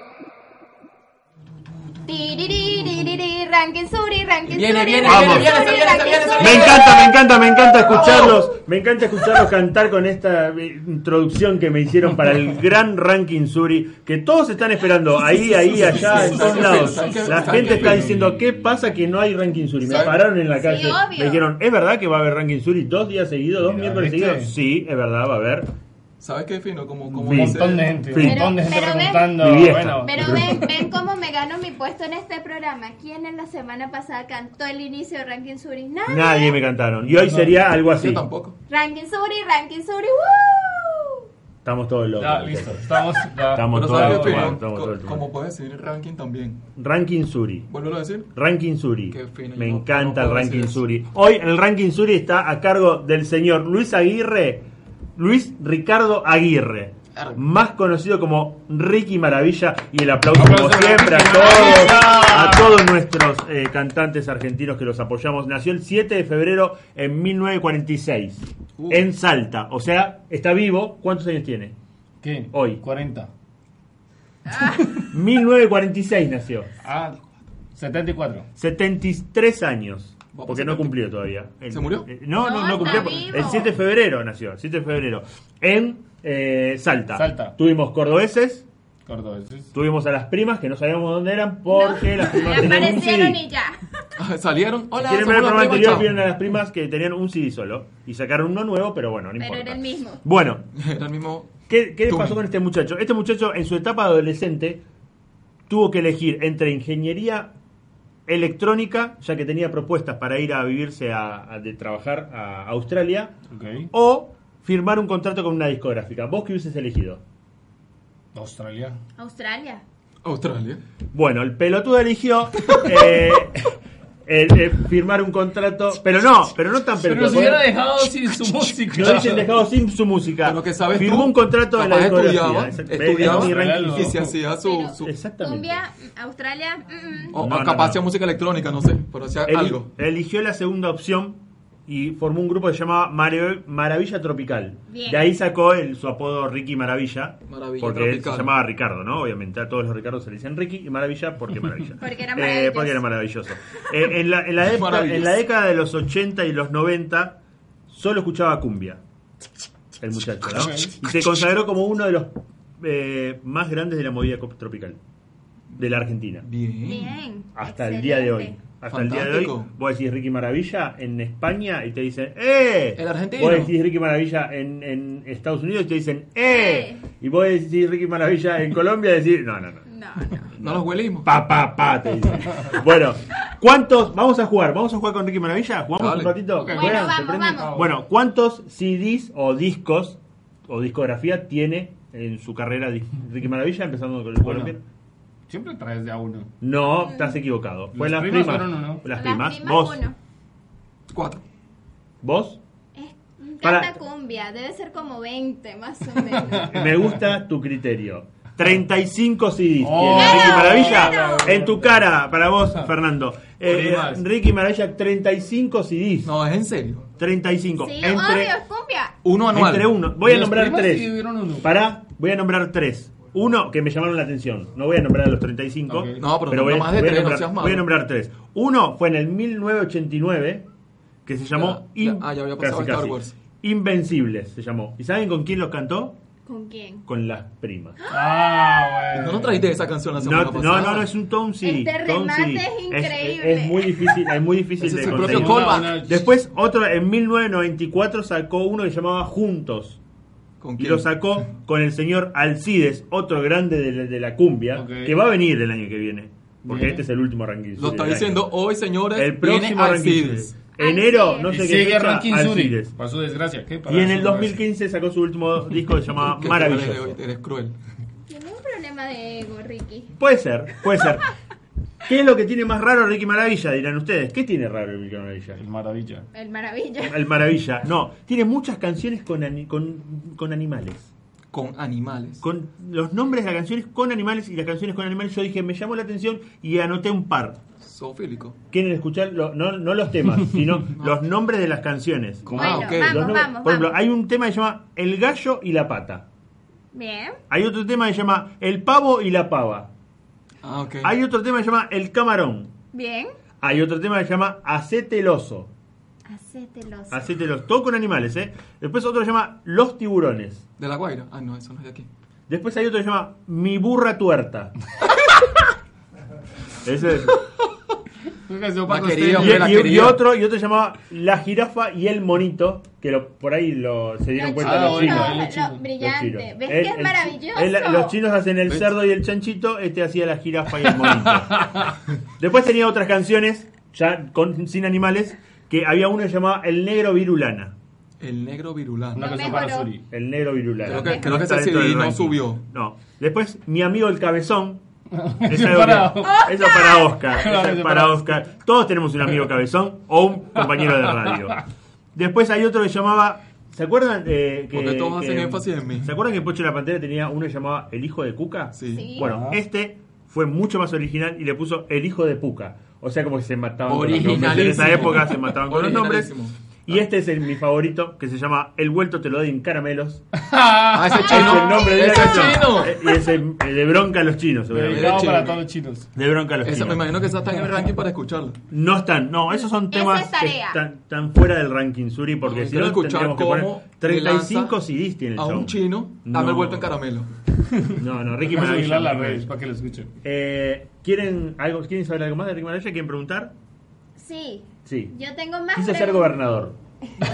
Speaker 5: Rankin Suri, Rankin
Speaker 4: Viene,
Speaker 5: Suri,
Speaker 4: viene,
Speaker 5: Rankin
Speaker 3: viene,
Speaker 5: Suri,
Speaker 4: viene,
Speaker 5: Rankin
Speaker 4: viene,
Speaker 5: Suri.
Speaker 3: Me encanta escucharlos. Me encanta escucharlos cantar con esta introducción que me hicieron para el gran Ranking Suri, que todos están esperando ahí, allá, en todos lados. La gente está diciendo, ¿qué pasa que no hay Ranking Suri? Me pararon en la calle.
Speaker 5: obvio.
Speaker 3: Me dijeron, ¿es verdad que va a haber Ranking Suri 2 días seguidos, 2
Speaker 6: Mira,
Speaker 3: miércoles
Speaker 6: ¿viste?
Speaker 3: seguidos? Sí, es verdad, va a haber.
Speaker 4: ¿Sabes qué fino? Como
Speaker 3: Sí.
Speaker 6: Un montón de gente,
Speaker 3: Sí.
Speaker 6: un montón de gente
Speaker 5: Pero ven-
Speaker 6: preguntando.
Speaker 3: Mi vieja.
Speaker 6: Bueno,
Speaker 5: Pero ven cómo me gano mi puesto en este programa. ¿Quién en la semana pasada cantó el inicio de Rankin Suri?
Speaker 3: Nadie me cantaron. Y hoy sería algo así.
Speaker 4: Yo tampoco.
Speaker 5: Rankin Suri, ¡woo!
Speaker 3: Estamos todos locos.
Speaker 6: ya, listo. Estamos
Speaker 3: Estamos
Speaker 4: Pero
Speaker 3: todos
Speaker 4: ¿sabes
Speaker 3: locos.
Speaker 4: qué fino?
Speaker 3: Estamos todos
Speaker 4: Como
Speaker 3: locos.
Speaker 4: puedes decir ranking también.
Speaker 3: Ranking Suri.
Speaker 4: Vuelvo a decir.
Speaker 3: Ranking Suri.
Speaker 4: Qué fino,
Speaker 3: Me
Speaker 4: yo
Speaker 3: encanta
Speaker 4: no
Speaker 3: el
Speaker 4: puedo
Speaker 3: Ranking
Speaker 4: decir eso.
Speaker 3: Suri. Hoy el Ranking Suri está a cargo del señor Luis Ricardo Aguirre. más conocido como Ricky Maravilla, y el aplauso como siempre a todos nuestros cantantes argentinos que los apoyamos. Nació el 7 de febrero en 1946 en Salta, o sea, está vivo. ¿Cuántos años tiene?
Speaker 6: ¿Qué?
Speaker 3: Hoy.
Speaker 6: 40.
Speaker 3: 1946 nació.
Speaker 6: 74.
Speaker 3: 73 años. Porque no cumplió todavía.
Speaker 4: ¿Se murió?
Speaker 3: No cumplió.
Speaker 5: Está vivo.
Speaker 3: El 7 de febrero nació. 7 de febrero. En Salta.
Speaker 6: Salta.
Speaker 3: Tuvimos cordobeses.
Speaker 6: Cordobeses.
Speaker 3: Tuvimos a las primas que no sabíamos dónde eran porque las primas tenían un
Speaker 5: Aparecieron
Speaker 3: CD.
Speaker 5: y ya.
Speaker 4: Salieron. Hola,
Speaker 3: Quieren ver el
Speaker 4: somos
Speaker 3: programa
Speaker 4: la
Speaker 3: anterior,
Speaker 4: prima,
Speaker 3: vieron a las primas que tenían un CD solo. Y sacaron uno nuevo, pero bueno, no
Speaker 5: Pero
Speaker 3: importa.
Speaker 5: era el mismo.
Speaker 3: Bueno,
Speaker 4: chao. Era el mismo.
Speaker 3: ¿qué le
Speaker 4: Tú.
Speaker 3: pasó con este muchacho? Este muchacho en su etapa de adolescente tuvo que elegir entre ingeniería electrónica, ya que tenía propuestas para ir a vivirse de trabajar a Australia,
Speaker 6: Ok.
Speaker 3: o firmar un contrato con una discográfica. ¿Vos qué hubieses elegido?
Speaker 6: Australia.
Speaker 5: Australia.
Speaker 4: Australia.
Speaker 3: Bueno, el pelotudo eligió firmar un contrato, pero no tan
Speaker 6: Pero
Speaker 3: pelotudo.
Speaker 6: nos hubiera dejado sin su música.
Speaker 3: Lo hubiesen dejado sin su música.
Speaker 4: Pero que sabes
Speaker 3: Firmó
Speaker 4: tú,
Speaker 3: un contrato en la
Speaker 4: capaz
Speaker 3: discografía.
Speaker 4: estudiaba
Speaker 3: Mi ranking.
Speaker 6: Australia,
Speaker 4: y se hacía
Speaker 5: Pero
Speaker 4: su
Speaker 3: Exactamente.
Speaker 5: Cumbia, Australia.
Speaker 4: o
Speaker 3: No,
Speaker 4: capaz
Speaker 3: no.
Speaker 4: hacía música electrónica, no sé, pero hacía algo.
Speaker 3: Eligió la segunda opción y formó un grupo que se llamaba Maravilla Tropical.
Speaker 5: Bien.
Speaker 3: De ahí sacó su apodo Ricky Maravilla.
Speaker 4: Maravilla
Speaker 3: porque él
Speaker 4: Tropical.
Speaker 3: se llamaba Ricardo, ¿no? Obviamente a todos los Ricardos se le dicen Ricky, y Maravilla porque Maravilla.
Speaker 5: Porque era maravilloso.
Speaker 3: Porque era maravilloso. En la década de los 80 y los 90 solo escuchaba cumbia. El muchacho, ¿no?
Speaker 6: Ok.
Speaker 3: Y se consagró como uno de los más grandes de la movida tropical de la Argentina.
Speaker 5: Bien.
Speaker 3: Hasta el día de hoy.
Speaker 5: Excelente.
Speaker 3: Hasta el día de hoy,
Speaker 4: Fantástico.
Speaker 3: vos decís Ricky Maravilla en España y te dicen
Speaker 4: El argentino.
Speaker 3: Vos decís Ricky Maravilla en Estados Unidos y te dicen Y vos decís Ricky Maravilla en Colombia y decís no.
Speaker 4: No los huelimos.
Speaker 3: Pa, te dicen. Bueno, ¿cuántos? Vamos a jugar con Ricky Maravilla. ¿Jugamos
Speaker 4: Dale.
Speaker 3: un ratito?
Speaker 4: Ok.
Speaker 5: Bueno,
Speaker 3: ¿Juegan? ¿Se
Speaker 5: vamos,
Speaker 3: prenden?
Speaker 5: vamos.
Speaker 3: Bueno, ¿cuántos CDs o discos o discografía tiene en su carrera Ricky Maravilla, empezando con el colombiano?
Speaker 6: Siempre traes de a uno.
Speaker 3: No, estás equivocado. Fue
Speaker 6: Las
Speaker 3: las
Speaker 6: primas
Speaker 3: primas.
Speaker 6: fueron uno.
Speaker 3: Las primas.
Speaker 5: primas,
Speaker 3: Vos.
Speaker 5: 1.
Speaker 4: 4.
Speaker 3: ¿Vos?
Speaker 5: Canta
Speaker 3: Para-
Speaker 5: cumbia, debe ser como 20 más o menos.
Speaker 3: Me gusta tu criterio. 35 CDs
Speaker 6: Oh.
Speaker 3: tiene Ricky Maravilla.
Speaker 5: Bueno.
Speaker 3: En tu cara, para vos, Fernando.
Speaker 6: Primas.
Speaker 3: Ricky Maravilla, 35 CDs.
Speaker 4: No, es en serio.
Speaker 3: 35.
Speaker 5: Sí,
Speaker 3: Entre,
Speaker 5: obvio, es cumbia.
Speaker 4: Uno anual.
Speaker 3: entre uno. Voy a
Speaker 6: Las
Speaker 3: nombrar
Speaker 6: primas
Speaker 3: 3.
Speaker 6: sí dieron uno.
Speaker 3: Voy a nombrar 3. Uno que me llamaron la atención. No voy a nombrar a los 35.
Speaker 6: Ok.
Speaker 4: No, pero
Speaker 3: voy,
Speaker 4: nombra más de
Speaker 3: voy a
Speaker 4: tres, no
Speaker 3: nombrar,
Speaker 4: seas malo.
Speaker 3: voy a nombrar 3. Uno fue en el 1989, que se llamó
Speaker 4: Ya había pasado Star Wars.
Speaker 3: Invencibles, se llamó. ¿Y saben con quién los cantó?
Speaker 5: ¿Con quién?
Speaker 3: Con las primas.
Speaker 6: Bueno.
Speaker 4: No nos trajiste esa canción la semana
Speaker 3: No,
Speaker 4: pasada.
Speaker 3: no, es un Tom CD.
Speaker 5: Este
Speaker 3: Tom
Speaker 5: remate
Speaker 3: CD.
Speaker 5: es increíble.
Speaker 3: Es muy difícil
Speaker 4: Ese
Speaker 3: de
Speaker 4: es el
Speaker 3: conseguir.
Speaker 4: propio callback.
Speaker 3: Después, otro en 1994 sacó uno que se llamaba Juntos.
Speaker 4: ¿Con
Speaker 3: Y
Speaker 4: quién?
Speaker 3: lo sacó con el señor Alcides, otro grande de la cumbia,
Speaker 6: Ok.
Speaker 3: que va a venir el año que viene. Porque
Speaker 6: Bien.
Speaker 3: este es el último ranking.
Speaker 4: Lo está
Speaker 3: del
Speaker 4: diciendo
Speaker 3: año.
Speaker 4: hoy, señores.
Speaker 3: El próximo
Speaker 4: viene
Speaker 3: ranking.
Speaker 4: Alcides.
Speaker 3: Enero, no
Speaker 6: Y
Speaker 3: sé qué
Speaker 6: sigue
Speaker 3: fecha,
Speaker 6: ranking Suri.
Speaker 3: Alcides.
Speaker 6: Para su desgracia. ¿Qué? Para
Speaker 3: Y en
Speaker 6: su
Speaker 3: el 2015 sacó su último disco que se llamaba
Speaker 4: Qué
Speaker 3: Maravilloso.
Speaker 4: cruel eres cruel.
Speaker 5: Tiene un problema de ego, Ricky.
Speaker 3: Puede ser. ¿Qué es lo que tiene más raro Ricky Maravilla? Dirán ustedes. ¿Qué tiene raro Ricky Maravilla?
Speaker 6: El maravilla.
Speaker 5: El maravilla.
Speaker 3: El Maravilla. No, tiene muchas canciones con animales.
Speaker 4: Con animales.
Speaker 3: Con los nombres de las canciones con animales y las canciones con animales. Yo dije, me llamó la atención y anoté un par.
Speaker 4: Zoofílico.
Speaker 3: ¿Quieren escuchar? No los temas, sino los nombres de las canciones.
Speaker 5: Bueno,
Speaker 4: ok.
Speaker 3: Los
Speaker 5: vamos,
Speaker 3: nombres-
Speaker 5: vamos.
Speaker 3: Por ejemplo, hay un tema que se llama El gallo y la pata.
Speaker 5: Bien.
Speaker 3: Hay otro tema que se llama El pavo y la pava.
Speaker 4: Ah, ok.
Speaker 3: Hay otro tema que se llama El camarón.
Speaker 5: Bien.
Speaker 3: Hay otro tema que se llama Hacete el oso.
Speaker 5: Hacételos.
Speaker 3: Hacete el oso. Todo con animales, ¿eh? Después otro que se llama Los tiburones.
Speaker 4: De La Guaira. Ah, no, eso no es de aquí.
Speaker 3: Después hay otro que se llama Mi burra tuerta. Ese es.
Speaker 4: La quería,
Speaker 3: Y,
Speaker 4: hombre, la
Speaker 3: y
Speaker 4: quería.
Speaker 3: otro se llamaba La jirafa y el monito, que por ahí se dieron
Speaker 5: Los
Speaker 3: cuenta los
Speaker 6: bueno,
Speaker 3: chinos.
Speaker 6: los
Speaker 5: chinos,
Speaker 6: chinos.
Speaker 5: lo brillante.
Speaker 3: Los chinos.
Speaker 5: ¿Ves
Speaker 3: El-
Speaker 5: que es
Speaker 3: el-
Speaker 5: maravilloso?
Speaker 3: los chinos hacen el
Speaker 4: ¿Ves?
Speaker 3: cerdo y el chanchito, este hacía la jirafa y el monito. Después tenía otras canciones, ya sin animales, que había uno que se llamaba El negro virulana.
Speaker 4: El negro virulano.
Speaker 6: Una
Speaker 5: No
Speaker 6: canción para
Speaker 5: mejoró.
Speaker 6: Suri.
Speaker 3: El negro virulana.
Speaker 4: Creo que
Speaker 3: Está
Speaker 4: ese
Speaker 3: dentro
Speaker 4: CD
Speaker 3: del
Speaker 4: no
Speaker 3: ranking.
Speaker 4: subió.
Speaker 3: No. Después, Mi amigo el cabezón.
Speaker 6: Eso
Speaker 3: algo
Speaker 6: para-
Speaker 3: que- eso para Oscar.
Speaker 6: Claro,
Speaker 3: Eso es
Speaker 6: eso
Speaker 3: para
Speaker 6: para
Speaker 3: Oscar. Todos tenemos un amigo cabezón o un compañero de radio. Después hay otro que se ¿Se acuerdan
Speaker 4: Porque todos hacen énfasis en mí.
Speaker 3: ¿Se acuerdan que Pocho la Pantera tenía uno que llamaba El Hijo de Cuca?
Speaker 4: Sí.
Speaker 3: Bueno, este fue mucho más original y le puso El Hijo de Puca. O sea, como que se mataban con los nombres. En esa época se mataban con los nombres. Y este es mi favorito, que se llama El Vuelto Te Lo Doy en Caramelos.
Speaker 4: Ese
Speaker 3: Es el nombre de la
Speaker 4: ¡Ese
Speaker 3: canción.
Speaker 4: chino!
Speaker 3: Y es de bronca a los chinos, seguramente.
Speaker 6: Dedicado para todos los chinos.
Speaker 3: De bronca a los
Speaker 4: Esa,
Speaker 3: chinos.
Speaker 4: me imagino que esa está en el ranking para escucharla.
Speaker 3: No están, no, esos son
Speaker 5: Esa
Speaker 3: temas
Speaker 5: es
Speaker 3: que
Speaker 5: tarea.
Speaker 3: están fuera del ranking, Suri, porque si
Speaker 4: Quiero
Speaker 3: no
Speaker 4: escuchar
Speaker 3: tendríamos que poner
Speaker 4: cómo
Speaker 3: 35
Speaker 4: le
Speaker 3: CDs tiene el
Speaker 4: A
Speaker 3: show.
Speaker 4: un chino, dame
Speaker 3: No.
Speaker 4: el vuelto en caramelo.
Speaker 3: No, Ricky
Speaker 6: Vamos a subirla
Speaker 3: Maravilla.
Speaker 6: a las redes para que lo escuchen.
Speaker 3: ¿Quieren saber algo más de Ricky Maravilla? ¿Quieren preguntar?
Speaker 5: Sí.
Speaker 3: Sí.
Speaker 5: Yo tengo más
Speaker 3: Quise ser
Speaker 5: preguntas.
Speaker 3: gobernador. Quise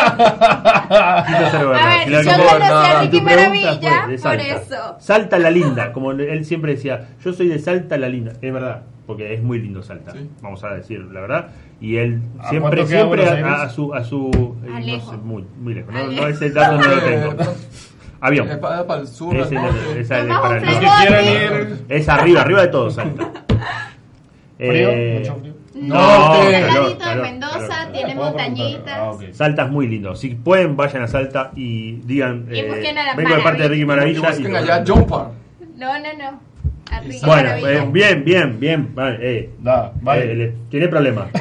Speaker 3: ser
Speaker 5: A
Speaker 3: gobernador.
Speaker 5: ver,
Speaker 3: Si la
Speaker 5: yo
Speaker 3: que-
Speaker 5: conocí a
Speaker 3: Si
Speaker 5: Ricky
Speaker 3: tu pregunta fue
Speaker 5: Maravilla
Speaker 3: de
Speaker 5: por
Speaker 3: Salta.
Speaker 5: eso.
Speaker 3: Salta la Linda, como él siempre decía, yo soy de Salta la Linda. Es verdad, porque es muy lindo Salta,
Speaker 4: Sí.
Speaker 3: vamos a decir la verdad. Y él
Speaker 6: ¿A
Speaker 3: siempre
Speaker 6: cuánto queda Buenos
Speaker 3: a
Speaker 6: Aires?
Speaker 3: su no
Speaker 5: Lejos.
Speaker 3: sé, muy lejos. No, ese dato no lo tengo. Avión.
Speaker 4: Es para el sur,
Speaker 3: Ese
Speaker 4: al norte.
Speaker 3: esa es
Speaker 5: Vamos
Speaker 3: para
Speaker 5: a
Speaker 3: el
Speaker 5: fregar.
Speaker 3: norte.
Speaker 6: Que quieran ir.
Speaker 3: Es arriba de todo Salta.
Speaker 6: ¿Frío? ¿Mucho frío?
Speaker 5: No,
Speaker 3: calor,
Speaker 5: al ladito de
Speaker 3: calor,
Speaker 5: Mendoza,
Speaker 3: calor.
Speaker 5: tiene
Speaker 6: ¿Puedo preguntar?
Speaker 5: montañitas.
Speaker 6: Ah, ok.
Speaker 3: Salta es muy lindo. Si pueden, vayan a Salta y digan
Speaker 5: Y busquen a la
Speaker 3: vengo de parte de Ricky
Speaker 4: Y
Speaker 3: Maravilla.
Speaker 4: busquen
Speaker 3: y-
Speaker 4: allá John Park.
Speaker 5: No. A Ricky
Speaker 3: Bueno,
Speaker 5: Maravilla.
Speaker 3: bien. Vale,
Speaker 6: Vale.
Speaker 3: tiene problemas.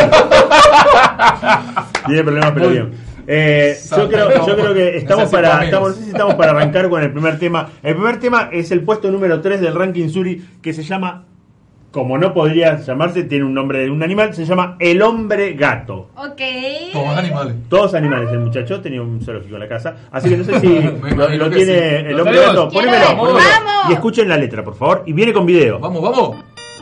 Speaker 3: Tiene problemas, pero bien. Yo creo que estamos no sé si estamos para arrancar con el primer tema. El primer tema es el puesto número 3 del ranking Suri, que se llama, como no podría llamarse, tiene un nombre de un animal, se llama El Hombre Gato.
Speaker 5: Ok.
Speaker 4: Todos animales.
Speaker 3: Todos animales, el muchacho tenía un zoológico en la casa, así que no sé si
Speaker 4: imagino
Speaker 3: lo
Speaker 4: que
Speaker 3: tiene
Speaker 4: sí.
Speaker 3: El
Speaker 6: ¿Lo
Speaker 3: Hombre
Speaker 6: tenemos?
Speaker 3: Gato.
Speaker 5: Quiero
Speaker 3: Ponémelo,
Speaker 5: ver.
Speaker 3: ponémelo.
Speaker 5: ¡Vamos!
Speaker 3: Y escuchen la letra, por favor, y viene con video.
Speaker 4: Vamos.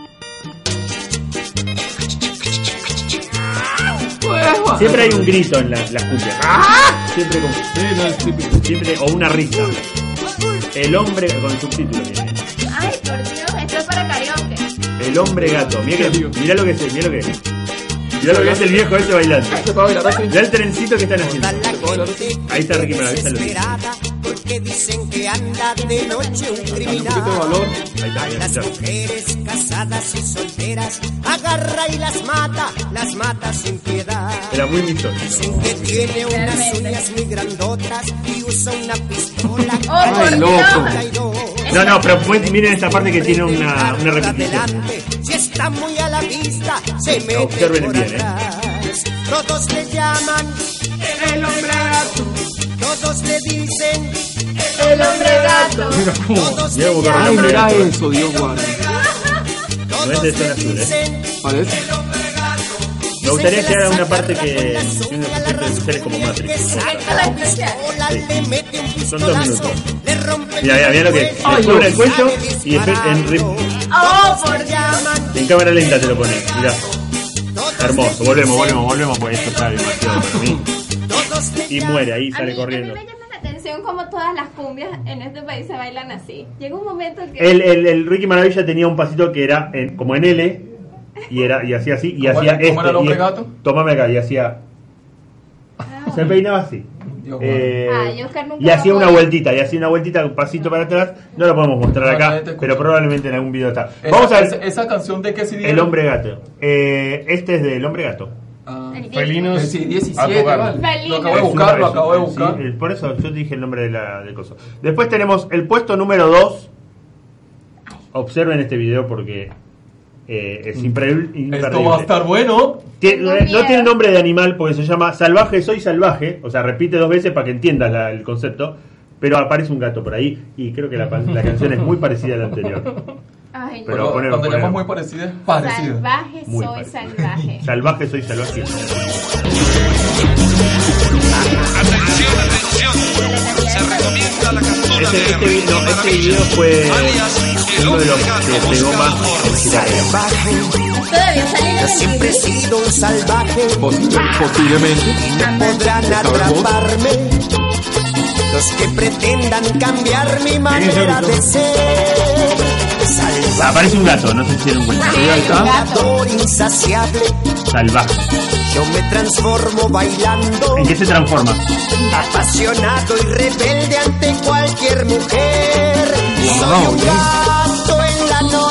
Speaker 3: Siempre hay un grito en las cumbias. Siempre con,
Speaker 4: Sí, no es típico.
Speaker 3: siempre, o una risa. El hombre, con el subtítulo viene.
Speaker 5: Ay, por Dios, esto es para karaoke.
Speaker 3: El Hombre Gato. Mirá lo que es, mirá lo que es. Mirá lo que es el viejo ese bailando.
Speaker 4: ¿Se puede bailar así?
Speaker 3: Mirá el trencito que están haciendo.
Speaker 4: ¿Se puede bailar así?
Speaker 3: Ahí está Ricky Maravilla. Lo dice.
Speaker 8: Porque dicen que anda de noche un
Speaker 4: Dale un poquito de
Speaker 8: criminal.
Speaker 4: valor.
Speaker 3: Ahí está,
Speaker 8: A
Speaker 3: mirá,
Speaker 8: las
Speaker 3: mirá.
Speaker 8: mujeres casadas y solteras agarra y las mata sin piedad.
Speaker 3: Era muy misógino.
Speaker 8: Dicen que tiene unas uñas muy grandotas y usa una pistola.
Speaker 5: Oh, por
Speaker 4: loco.
Speaker 5: Dios.
Speaker 3: No, pero miren esta parte que tiene una repetición.
Speaker 8: Si está muy a la vista, se mete
Speaker 3: Observen
Speaker 8: por
Speaker 3: bien,
Speaker 8: atrás. Todos le llaman el hombre gato. Todos le dicen
Speaker 5: El hombre gato.
Speaker 8: todos
Speaker 3: Mirá
Speaker 8: le
Speaker 3: cómo corre el
Speaker 4: Ay,
Speaker 3: hombre
Speaker 4: mira
Speaker 3: gato.
Speaker 4: eso, Dios guarde.
Speaker 3: No es de zona sur,
Speaker 8: dicen
Speaker 4: Parece.
Speaker 3: Me gustaría llegar a una parte que tiene unos efectos especiales como Matrix.
Speaker 5: Efecto especial.
Speaker 3: Son 2 minutos. Mirá lo que es. Le cubre el cuello y
Speaker 5: Oh, por Dios.
Speaker 3: en cámara lenta te lo pone. Mirá. Hermoso. Volvemos, porque esto está demasiado para mí. Y muere, ahí sale corriendo.
Speaker 5: A mí me llama la atención como todas las cumbias en este país se bailan así. Llega un momento que...
Speaker 3: El Ricky Maravilla tenía un pasito que era como en L y hacía así y
Speaker 4: ¿Cómo
Speaker 3: hacía
Speaker 4: era- cómo era el hombre
Speaker 3: y-
Speaker 4: gato?
Speaker 3: Tómame acá y hacía. Se peinaba así.
Speaker 4: Dios
Speaker 5: y Oscar nunca
Speaker 3: Y hacía
Speaker 5: lo
Speaker 3: una
Speaker 5: puede.
Speaker 3: vueltita, un pasito para atrás. No lo podemos mostrar acá,
Speaker 4: Probablemente escuché.
Speaker 3: pero probablemente en algún video está. Vamos a ver
Speaker 4: Esa canción de qué CD.
Speaker 3: El Hombre Gato. Este es del Hombre Gato.
Speaker 4: Ah,
Speaker 5: El
Speaker 6: Felinos.
Speaker 4: sí, 17,
Speaker 6: Acogar.
Speaker 4: vale.
Speaker 5: Felinos.
Speaker 4: Lo acabo de buscar, lo acabo de buscar.
Speaker 3: Sí, por eso yo te dije el nombre del coso. Después tenemos el puesto número 2. Observen este video porque es imperdible.
Speaker 4: Esto va a estar bueno.
Speaker 5: Tengo
Speaker 3: No
Speaker 5: miedo.
Speaker 3: tiene nombre de animal porque se llama Salvaje Soy Salvaje. O sea, repite 2 veces para que entiendas el concepto. Pero aparece un gato por ahí y creo que la canción es muy parecida a la anterior.
Speaker 5: Ay,
Speaker 3: Pero
Speaker 5: no.
Speaker 3: ponelo,
Speaker 4: cuando
Speaker 3: ponelo.
Speaker 4: llamo muy parecida, parecida.
Speaker 5: Salvaje
Speaker 3: Muy
Speaker 5: soy
Speaker 3: parecida.
Speaker 5: salvaje.
Speaker 3: Salvaje Soy Salvaje.
Speaker 9: Atención, atención. Se recomienda la captura
Speaker 3: Este video fue uno de los que pegó más en Chicago.
Speaker 5: Todavía sale en
Speaker 8: Yo
Speaker 5: el
Speaker 8: siempre he
Speaker 5: video.
Speaker 8: sido un salvaje.
Speaker 4: Posiblemente.
Speaker 8: No podrán atraparme los que pretendan cambiar mi manera de ser. Salvaje,
Speaker 3: Aparece un gato, no sé si se dieron cuenta.
Speaker 8: adorador, insaciable.
Speaker 3: Salvaje.
Speaker 8: Yo me transformo bailando,
Speaker 3: ¿En qué se transforma?
Speaker 8: apasionado y rebelde ante cualquier mujer. Soy un gato en la noche,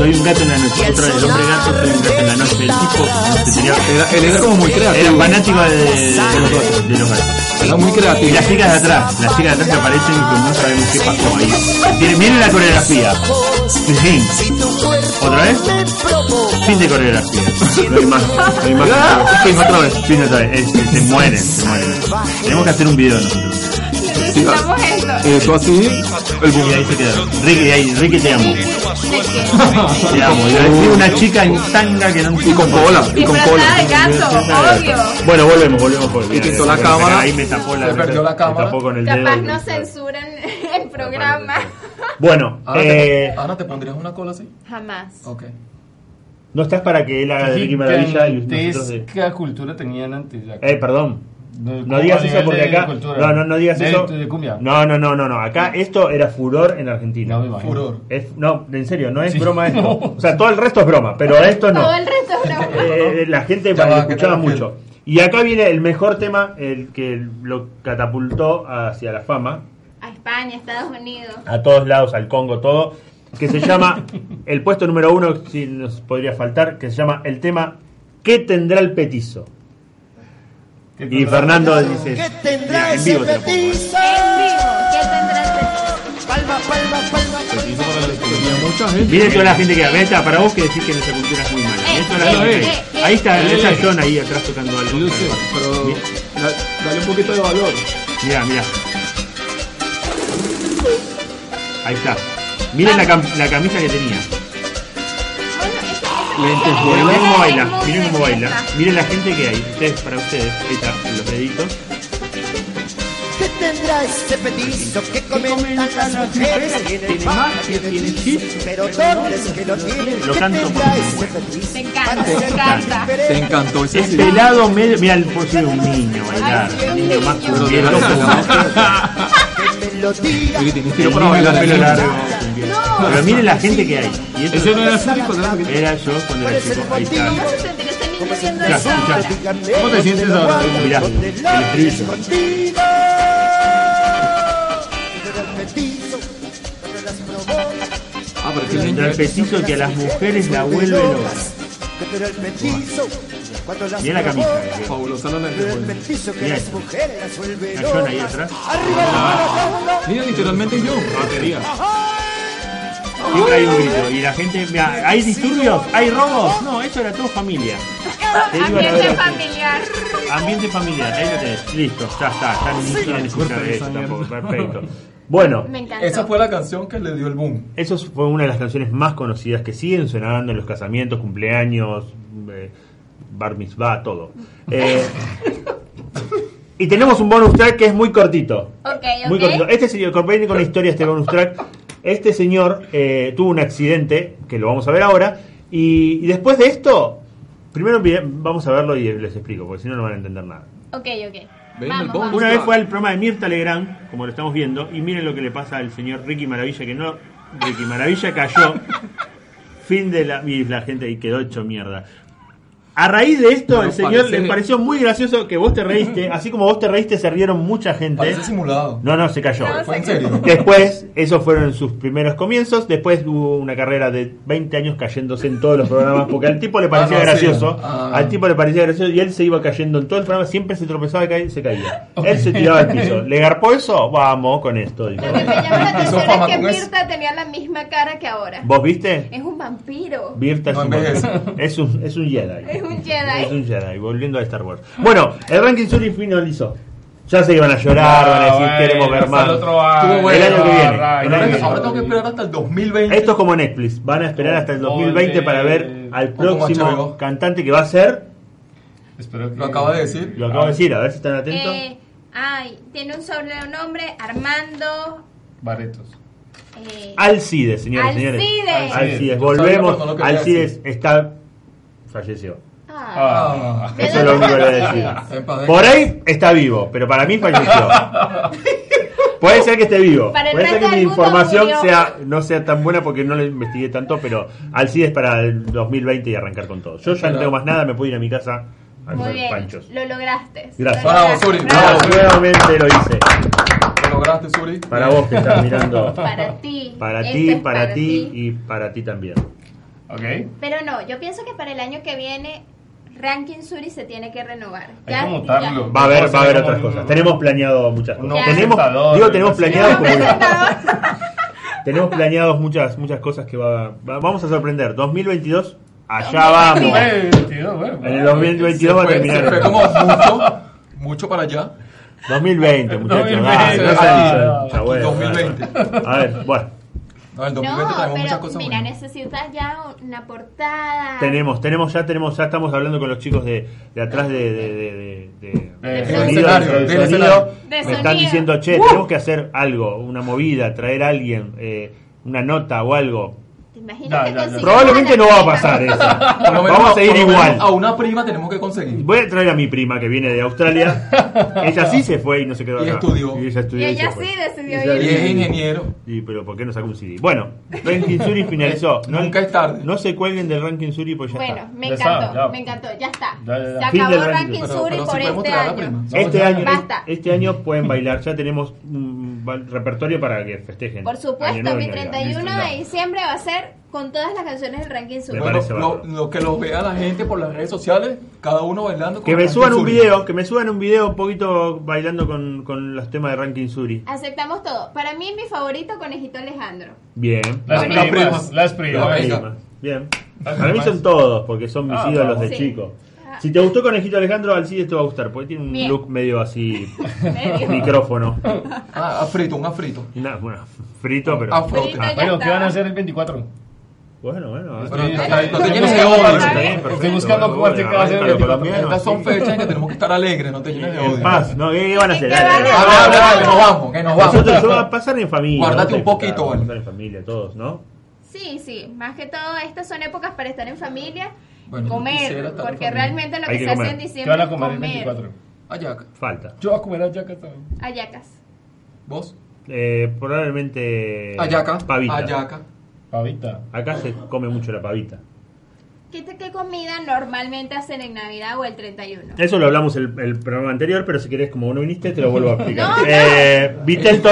Speaker 3: soy un gato en la noche. Otro, el hombre gato, soy un gato en la noche. El tipo
Speaker 4: Él era como muy creativo.
Speaker 3: era fanático de los gatos.
Speaker 4: Era muy creativo.
Speaker 3: Y las chicas de atrás que aparecen y que no sabemos qué pasó ahí. Miren la coreografía. Fin. ¿Otra vez? Fin de coreografía. No hay más. Fin otra vez. Fin otra vez. Se mueren. Tenemos que hacer un video nosotros.
Speaker 5: Necesitamos esto.
Speaker 4: Eso así, el boom.
Speaker 3: Y ahí se quedaron. Ricky, te amo. Te amo. Y vi una chica en tanga que no...
Speaker 4: Y con cola.
Speaker 5: Disfrazada de gato, obvio.
Speaker 3: Bueno, volvemos.
Speaker 4: Y pintó la cámara.
Speaker 3: Ahí me tapó
Speaker 4: Se perdió la cámara.
Speaker 3: Me tapó con el dedo.
Speaker 5: Capaz no censuran el programa.
Speaker 3: Bueno,
Speaker 4: Ana, ¿te pondrías una cola así?
Speaker 5: Jamás.
Speaker 4: Ok.
Speaker 3: no estás para que él haga de Ricky Maravilla y nosotros de...
Speaker 6: ¿Qué cultura tenían antes?
Speaker 3: Perdón. No digas eso porque acá. No digas eso.
Speaker 6: De cumbia.
Speaker 3: No. Acá esto era furor en Argentina.
Speaker 6: No me imagino.
Speaker 4: Furor.
Speaker 3: No, en serio, no es broma esto. O sea, todo el resto es broma, pero esto no.
Speaker 5: Todo el resto es broma.
Speaker 3: La gente lo escuchaba mucho. Y acá viene el mejor tema, el que lo catapultó hacia la fama.
Speaker 5: A España, Estados Unidos.
Speaker 3: A todos lados, al Congo, todo. Que se llama, el puesto número 1, si nos podría faltar, que se llama el tema ¿Qué tendrá el petizo? Y Fernando dice,
Speaker 8: ¿qué tendrá
Speaker 3: en vivo
Speaker 8: ese
Speaker 3: te lo pongo.
Speaker 8: petizo?
Speaker 5: En vivo, ¿qué tendrá ese?
Speaker 8: Palma.
Speaker 4: Mucha gente.
Speaker 3: Miren toda la gente que ve, para vos que decís que nuestra cultura es muy mala. Miren toda la gente. Ahí está John ahí atrás tocando algo.
Speaker 4: Yo sé, pero dale un poquito de valor.
Speaker 3: Mira. Ahí está. Miren la camisa que tenía. Miren cómo baila. Miren la gente que hay. Para ustedes. Ahí está, los deditos.
Speaker 8: ¿Qué tendrá ese petizo que comentan las mujeres? Tiene magia, tiene chis, pero ¿dónde es que lo tiene?
Speaker 3: Lo
Speaker 8: ¿Qué
Speaker 3: canto
Speaker 8: tendrá
Speaker 3: porque
Speaker 8: ese petizo?
Speaker 5: Me encanta.
Speaker 4: Te encantó ese
Speaker 3: Es pelado medio. Mira, el por ser un niño bailar. Un niño más que un viejo.
Speaker 8: Que me lo diga.
Speaker 4: Oye, tienes
Speaker 3: El
Speaker 4: tiro para
Speaker 3: niño
Speaker 4: bailar.
Speaker 3: con pelo largo. Pero miren la gente que hay. Y eso
Speaker 4: Ese no era Zuri cuando era pequeño.
Speaker 3: era yo cuando era chico. Ahí está.
Speaker 5: ¿Cómo se sentirá ese niño viendo
Speaker 3: Ya,
Speaker 5: eso
Speaker 3: ya.
Speaker 5: ahora?
Speaker 4: ¿Cómo te sientes ahora?
Speaker 3: Mirá, el estribillo.
Speaker 4: Ah, pero es que el
Speaker 3: Contra el petizo que a las mujeres la vuelve loca. Mirá la camisa.
Speaker 4: fabulosa la
Speaker 8: El petizo que
Speaker 3: Mirá.
Speaker 8: las mujeres las vuelve
Speaker 3: La John ahí
Speaker 8: locas.
Speaker 3: atrás.
Speaker 4: Mira, literalmente yo. Batería.
Speaker 3: Siempre hay un grito. Y la gente. Mirá, ¿hay disturbios? ¿Hay robos? No, eso era todo familia. Te digo la
Speaker 5: Ambiente
Speaker 3: verdad.
Speaker 5: familiar.
Speaker 3: Ambiente familiar. Ahí lo tenés. Listo, ya está. Ya ni quieren escuchar eso tampoco. Perfecto. Bueno.
Speaker 5: Me encantó.
Speaker 4: Esa fue la canción que le dio el boom.
Speaker 3: Eso fue una de las canciones más conocidas que siguen sonando en los casamientos, cumpleaños, bar mitzvah, todo. Y tenemos un bonus track que es muy cortito.
Speaker 5: Ok.
Speaker 3: Muy cortito. Este señor, compañero con la historia, este bonus track. Este señor tuvo un accidente, que lo vamos a ver ahora. Y después de esto, primero vamos a verlo y les explico, porque si no, no van a entender nada.
Speaker 5: Ok.
Speaker 4: Ven,
Speaker 5: Vamos,
Speaker 4: el bonus.
Speaker 5: vamos.
Speaker 3: Una vez fue al programa de Mirta Legrand, como lo estamos viendo, y miren lo que le pasa al señor Ricky Maravilla, que no... Ricky Maravilla cayó, fin de la... Y la gente ahí quedó hecho mierda. A raíz de esto,
Speaker 4: No,
Speaker 3: el señor
Speaker 4: parece-
Speaker 3: le pareció muy gracioso que vos te reíste, así como vos te reíste, se rieron mucha gente.
Speaker 4: Parece simulado.
Speaker 3: No, se cayó.
Speaker 5: No,
Speaker 4: Fue en serio.
Speaker 3: Después, esos fueron sus primeros comienzos. Después hubo una carrera de 20 años cayéndose en todos los programas. Porque al tipo le parecía
Speaker 4: no,
Speaker 3: gracioso.
Speaker 4: sí. Ah.
Speaker 3: Al tipo le parecía gracioso y él se iba cayendo en todo el programa. Siempre se tropezaba y se caía. Él se tiraba al piso. ¿Le garpó eso? Vamos con esto. Dijo.
Speaker 5: Lo que me llama la
Speaker 4: Hizo
Speaker 5: atención
Speaker 4: fama
Speaker 5: es que
Speaker 4: con eso.
Speaker 5: Mirta tenía la misma cara que ahora.
Speaker 3: ¿Vos viste?
Speaker 5: Es un vampiro.
Speaker 3: Virta
Speaker 4: No
Speaker 3: es
Speaker 4: envejece.
Speaker 3: es un Jedi.
Speaker 5: Es un Jedi.
Speaker 3: Es un Jedi. Volviendo a Star Wars. Bueno, el ranking Suri finalizó. Ya sé que van a llorar, van a decir queremos ver más.
Speaker 4: Estuvo bueno.
Speaker 3: El año que viene. El año que viene.
Speaker 4: Ahora tengo que esperar hasta el 2020.
Speaker 3: Esto es como Netflix, van a esperar hasta el 2020 para ver al
Speaker 4: como
Speaker 3: próximo
Speaker 4: HBO.
Speaker 3: cantante que va a ser.
Speaker 6: Espero que...
Speaker 4: Lo acaba de decir.
Speaker 3: Lo acabo de decir, a ver si están atentos.
Speaker 5: Tiene un sobrenombre, Armando.
Speaker 6: Barretos.
Speaker 3: Alcides, señores y señores.
Speaker 5: Alcides.
Speaker 3: Alcides,
Speaker 4: No
Speaker 3: volvemos.
Speaker 4: sabía, pero no lo quería
Speaker 3: Alcides falleció.
Speaker 5: Ah.
Speaker 3: Eso es lo único que voy a decir.
Speaker 4: En paz,
Speaker 3: Por ahí está vivo, pero para mí falleció. Puede ser que esté vivo.
Speaker 5: Para el
Speaker 3: Puede ser
Speaker 5: resto
Speaker 3: que mi
Speaker 5: del mundo
Speaker 3: información
Speaker 5: murió.
Speaker 3: no sea tan buena porque no lo investigué tanto, pero Alcides para el 2020 y arrancar con todo. Yo ya no tengo más nada, me puedo ir a mi casa a
Speaker 5: Muy
Speaker 3: comer
Speaker 5: bien,
Speaker 3: panchos.
Speaker 5: lo lograste.
Speaker 3: Gracias.
Speaker 5: Lo
Speaker 4: Bravo,
Speaker 5: lograste.
Speaker 4: Suri.
Speaker 5: Bravo.
Speaker 3: No, nuevamente lo hice.
Speaker 4: Lo lograste, Suri.
Speaker 3: Para vos que estás mirando.
Speaker 5: Para ti.
Speaker 3: Para
Speaker 5: Esto
Speaker 3: ti,
Speaker 5: es
Speaker 3: para ti y para ti también.
Speaker 6: Ok.
Speaker 5: Pero no, yo pienso que para el año que viene Ranking Suri se tiene que renovar.
Speaker 6: Hay que mutarlo.
Speaker 3: Va a haber otras cosas. Tenemos planeado muchas cosas. Tenemos planeado tenemos planeados muchas cosas que vamos a sorprender. 2022, allá vamos. En el 2022 va a terminar.
Speaker 4: Fue como mucho para allá.
Speaker 3: 2020, muchachos.
Speaker 4: 2020.
Speaker 3: A ver, bueno.
Speaker 4: No, el 2020 tenemos muchas
Speaker 5: pero
Speaker 4: cosas
Speaker 5: mira,
Speaker 4: buenas.
Speaker 5: necesitas ya una portada.
Speaker 3: Ya estamos hablando con los chicos de atrás del
Speaker 4: escenario.
Speaker 3: sonido. Me están diciendo, tenemos que hacer algo, una movida, traer a alguien, una nota o algo.
Speaker 5: ¿Te imaginas que consigamos
Speaker 3: Probablemente no va a pasar eso. Vamos a seguir igual.
Speaker 4: A una prima tenemos que conseguir.
Speaker 3: Voy a traer a mi prima que viene de Australia. Ella sí se fue y no se quedó acá.
Speaker 4: Y
Speaker 3: ella estudió.
Speaker 5: Y ella
Speaker 3: se fue.
Speaker 5: sí decidió ir.
Speaker 4: Y es ingeniero.
Speaker 3: Pero ¿por qué no sacó un CD? Bueno, Ranking Suri finalizó.
Speaker 4: Nunca es tarde.
Speaker 3: No se cuelguen del Ranking Suri, pues ya
Speaker 5: bueno,
Speaker 3: está.
Speaker 5: me encantó, ya está.
Speaker 3: Ya.
Speaker 5: Se
Speaker 3: Fin
Speaker 5: acabó
Speaker 3: del
Speaker 5: Ranking
Speaker 3: ranking.
Speaker 5: Suri por este año. Basta.
Speaker 3: Este año pueden bailar. Ya tenemos un repertorio para que festejen.
Speaker 5: Por supuesto, mi 31 de diciembre va a ser con todas las canciones del Ranking Suri.
Speaker 4: Bueno, lo que los vea la gente por las redes sociales, cada uno bailando.
Speaker 3: Que me suban un video, un poquito bailando con los temas de Ranking Suri.
Speaker 5: Aceptamos todo. Para mí mi favorito, Conejito Alejandro.
Speaker 3: Bien.
Speaker 6: Las primas.
Speaker 3: Bien. Para mí son todos, porque son mis ídolos de chico. Si te gustó Conejito Alejandro, Alcides te va a gustar, porque tiene un look medio así, micrófono.
Speaker 4: Frito.
Speaker 3: Bueno, frito, pero...
Speaker 6: Bueno, ¿qué van a hacer el 24?
Speaker 3: Bueno.
Speaker 4: No te llenes de odio.
Speaker 6: Estoy buscando cómo hacer que va a ser el 24.
Speaker 4: Estas son fechas en que tenemos que estar alegres, no te llenes de odio.
Speaker 3: En paz, ¿no? ¿Qué van a hacer?
Speaker 4: Dale, nos vamos.
Speaker 3: Nosotros va a pasar en familia.
Speaker 4: Guárdate un poquito,
Speaker 3: vale. Pasar en familia, todos, ¿no?
Speaker 5: Sí. Más que todo, estas son épocas para estar en familia.
Speaker 4: Bueno,
Speaker 5: comer, porque realmente lo que se hace en diciembre.
Speaker 6: ¿Qué van a comer el 24?
Speaker 4: Hallaca.
Speaker 3: Falta.
Speaker 6: Yo voy a comer hallacas también.
Speaker 5: Hallacas.
Speaker 4: ¿Vos?
Speaker 3: Probablemente...
Speaker 4: Hallaca.
Speaker 3: Pavita.
Speaker 6: Pavita.
Speaker 3: Acá se come mucho la pavita.
Speaker 5: ¿Qué comida normalmente hacen en Navidad o el 31?
Speaker 3: Eso lo hablamos el programa anterior, pero si querés, como no viniste, te lo vuelvo a explicar.
Speaker 5: No.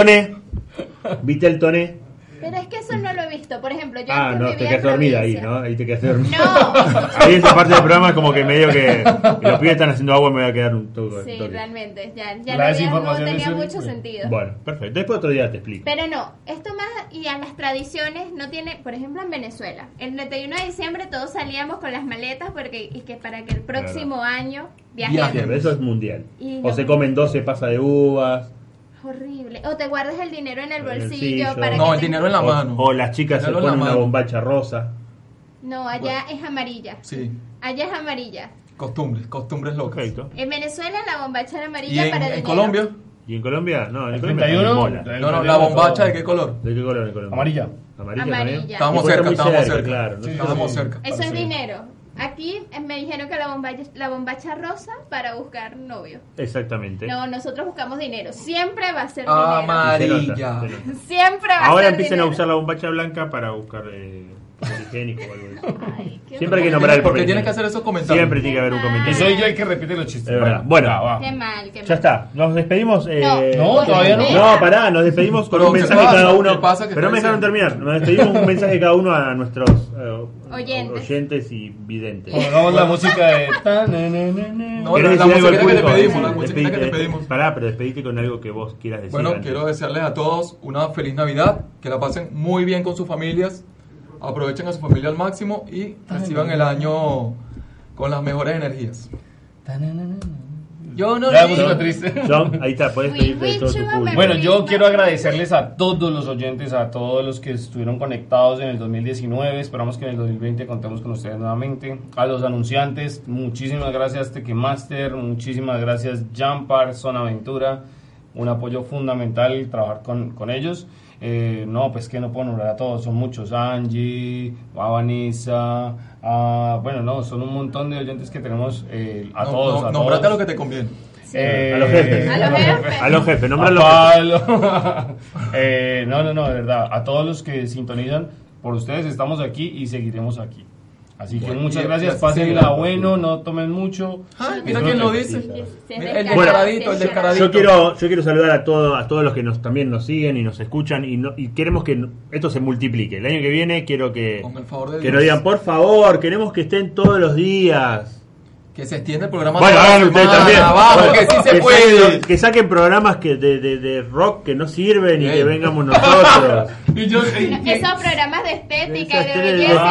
Speaker 3: Vitel toné.
Speaker 5: Pero es que eso no lo he visto. Por ejemplo, yo
Speaker 3: no, te quedaste dormida ahí, ¿no? Ahí te quedaste dormida.
Speaker 5: No.
Speaker 3: Ahí esa parte del programa es como que medio que los pibes están haciendo agua, me voy a quedar un toque.
Speaker 5: Sí, realmente. Ya no tenía mucho sentido.
Speaker 3: Bueno, perfecto. Después otro día te explico.
Speaker 5: Pero no, esto más y a las tradiciones no tiene, por ejemplo, en Venezuela. El 31 de diciembre todos salíamos con las maletas para que el próximo año viajemos.
Speaker 3: Eso es mundial. O se comen 12 pasas de uvas.
Speaker 5: Horrible. O te guardas el dinero en el bolsillo para
Speaker 4: no, el dinero en la mano.
Speaker 3: O las chicas se ponen una bombacha rosa.
Speaker 5: No, allá es amarilla.
Speaker 4: Sí.
Speaker 5: Allá es amarilla.
Speaker 4: Costumbres locas.
Speaker 3: Perfecto.
Speaker 5: En Venezuela la bombacha era amarilla
Speaker 4: ¿Y
Speaker 5: para
Speaker 4: en
Speaker 5: dinero.
Speaker 4: Colombia?
Speaker 3: ¿Y en Colombia? No, en
Speaker 6: Colombia
Speaker 3: 31.
Speaker 4: No, la bombacha ¿de qué color?
Speaker 3: ¿De qué color en Colombia?
Speaker 6: Amarilla.
Speaker 3: También.
Speaker 4: Estábamos cerca.
Speaker 3: Claro,
Speaker 4: estábamos cerca.
Speaker 5: Eso es dinero. Aquí me dijeron que la bombacha rosa para buscar novio.
Speaker 3: Exactamente.
Speaker 5: No, nosotros buscamos dinero. Siempre va a ser
Speaker 4: amarilla.
Speaker 5: dinero. Siempre va a ser
Speaker 3: Ahora empiecen
Speaker 5: dinero.
Speaker 3: a usar la bombacha blanca para buscar higiénico o algo de eso.
Speaker 5: Ay,
Speaker 3: Siempre hay que nombrar el
Speaker 4: porque tienes que hacer esos comentarios.
Speaker 3: Siempre tiene que haber un comentario.
Speaker 6: Y soy yo el que repite los chistes.
Speaker 3: Bueno,
Speaker 5: Qué mal.
Speaker 3: ya está. Nos despedimos.
Speaker 6: No, todavía no.
Speaker 3: No, pará, nos despedimos con un mensaje cada uno. Pero no me dejaron
Speaker 4: diciendo?
Speaker 3: terminar. Nos despedimos un mensaje cada uno a nuestros
Speaker 5: oyentes
Speaker 3: y videntes.
Speaker 6: Pongamos la música de.
Speaker 4: No, la música que te pedimos, la música que te pedimos.
Speaker 3: Pará, pero despedite con algo que vos quieras decir.
Speaker 4: Bueno, quiero desearles a todos una feliz Navidad, que la pasen muy bien con sus familias, aprovechen a su familia al máximo y reciban el año con las mejores energías. Yo no
Speaker 6: música triste.
Speaker 3: John, ahí está, puedes pedirte de todo tu público.
Speaker 6: Bueno, yo quiero agradecerles a todos los oyentes, a todos los que estuvieron conectados en el 2019. Esperamos que en el 2020 contemos con ustedes nuevamente. A los anunciantes, muchísimas gracias Tequemaster, muchísimas gracias Jampar, Zona Aventura. Un apoyo fundamental trabajar con ellos. No, pues que no puedo nombrar a todos, son muchos. Angie, a Vanessa, son un montón de oyentes que tenemos todos.
Speaker 4: Nombrate a lo que te conviene.
Speaker 3: A los jefes. A los jefes, nómbralo.
Speaker 6: No, de verdad. A todos los que sintonizan, por ustedes estamos aquí y seguiremos aquí. Así que muchas gracias, pásenla bueno, no tomen mucho.
Speaker 4: Ay, mira quién lo dice.
Speaker 5: Mira,
Speaker 4: El descaradito, el descaradito.
Speaker 3: Yo quiero saludar a todos los que también nos siguen y nos escuchan y queremos que esto se multiplique. El año que viene quiero que nos digan, por favor, queremos que estén todos los días.
Speaker 4: Que se extienda el programa.
Speaker 3: Bueno, hagan ustedes también.
Speaker 4: Vamos, que sí se puede.
Speaker 3: Que saquen programas de rock que no sirven y que vengamos nosotros.
Speaker 5: Esos programas de estética y de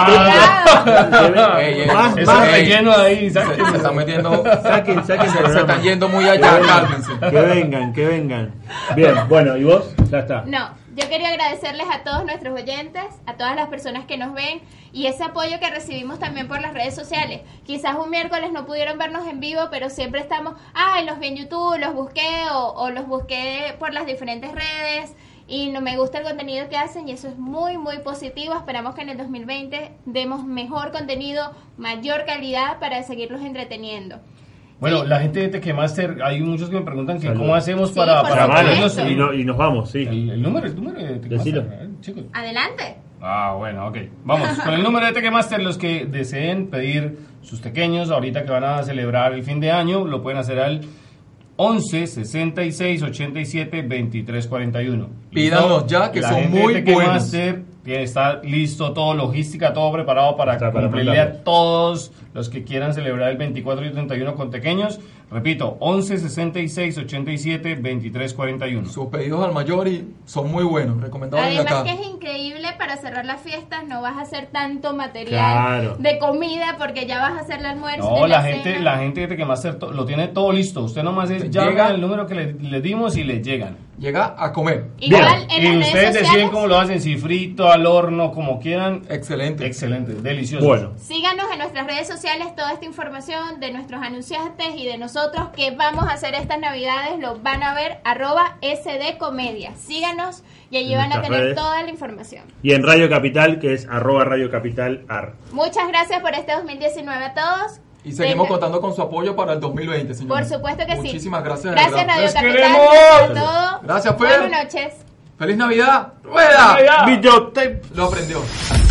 Speaker 6: belleza. Eso relleno ahí.
Speaker 4: Se están metiendo.
Speaker 3: Saquen
Speaker 4: Se están yendo muy allá. Cálmense.
Speaker 3: Que vengan. Bien, bueno, ¿y vos? Ya está.
Speaker 5: No. Yo quería agradecerles a todos nuestros oyentes, a todas las personas que nos ven y ese apoyo que recibimos también por las redes sociales. Quizás un miércoles no pudieron vernos en vivo, pero siempre estamos, los vi en YouTube, los busqué o los busqué por las diferentes redes y no me gusta el contenido que hacen y eso es muy, muy positivo. Esperamos que en el 2020 demos mejor contenido, mayor calidad para seguirlos entreteniendo.
Speaker 6: Bueno, la gente de Tequemaster, hay muchos que me preguntan que cómo hacemos para vernos
Speaker 3: y nos vamos, sí.
Speaker 6: El número de Tequemaster, chicos.
Speaker 5: Adelante.
Speaker 6: Bueno, ok. Vamos, con el número de Tequemaster, los que deseen pedir sus tequeños, ahorita que van a celebrar el fin de año, lo pueden hacer al 11 66 87 23 41.
Speaker 4: Pídanos ya, que son muy buenos.
Speaker 6: Está listo todo, logística, todo preparado para cumplirle a todos los que quieran celebrar el 24 y 31 con tequeños. Repito, 11 66 87 23 41.
Speaker 4: Sus pedidos al mayor y son muy buenos, recomendados desde acá.
Speaker 5: Además que es increíble, para cerrar las fiestas no vas a hacer tanto material de comida porque ya vas a hacer el almuerzo.
Speaker 6: No, la gente de Tequemaster lo tiene todo listo. Usted nomás llama el número que le dimos y le llegan.
Speaker 4: Llega a comer.
Speaker 5: Igual en
Speaker 6: y
Speaker 5: las
Speaker 6: ustedes
Speaker 5: redes
Speaker 6: deciden
Speaker 5: sociales,
Speaker 6: cómo lo hacen, si frito, al horno, como quieran.
Speaker 4: Excelente,
Speaker 6: delicioso.
Speaker 3: Bueno,
Speaker 5: síganos en nuestras redes sociales, toda esta información de nuestros anunciantes y de nosotros que vamos a hacer estas navidades, lo van a ver, @SDComedia. Síganos y allí van a tener toda la información.
Speaker 3: Y en Radio Capital, que es @RadioCapitalAr.
Speaker 5: Muchas gracias por este 2019 a todos.
Speaker 4: Y seguimos contando con su apoyo para el 2020, señor.
Speaker 5: Por supuesto que
Speaker 4: Muchísimas gracias.
Speaker 5: Gracias, Radio Capital.
Speaker 6: Queremos.
Speaker 5: Por todo.
Speaker 4: Gracias, Fer.
Speaker 5: Buenas noches.
Speaker 4: ¡Feliz Navidad! ¡Rueda!
Speaker 3: Videotape.
Speaker 4: Lo aprendió.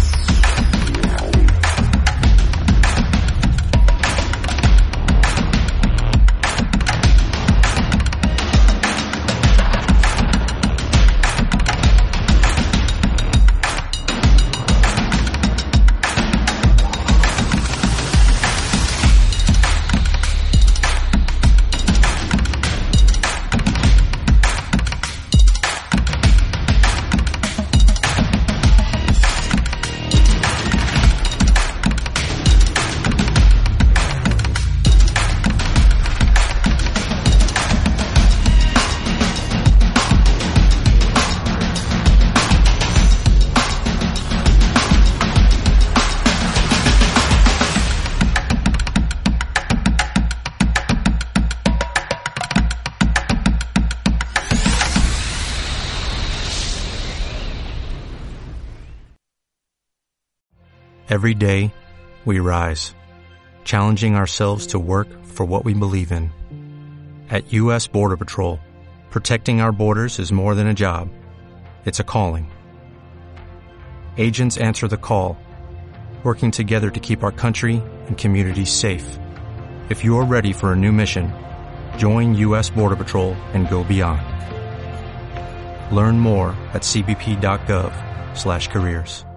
Speaker 10: Every day, we rise, challenging ourselves to work for what we believe in. At U.S. Border Patrol, protecting our borders is more than a job. It's a calling. Agents answer the call, working together to keep our country and communities safe. If you're ready for a new mission, join U.S. Border Patrol and go beyond. Learn more at cbp.gov/careers.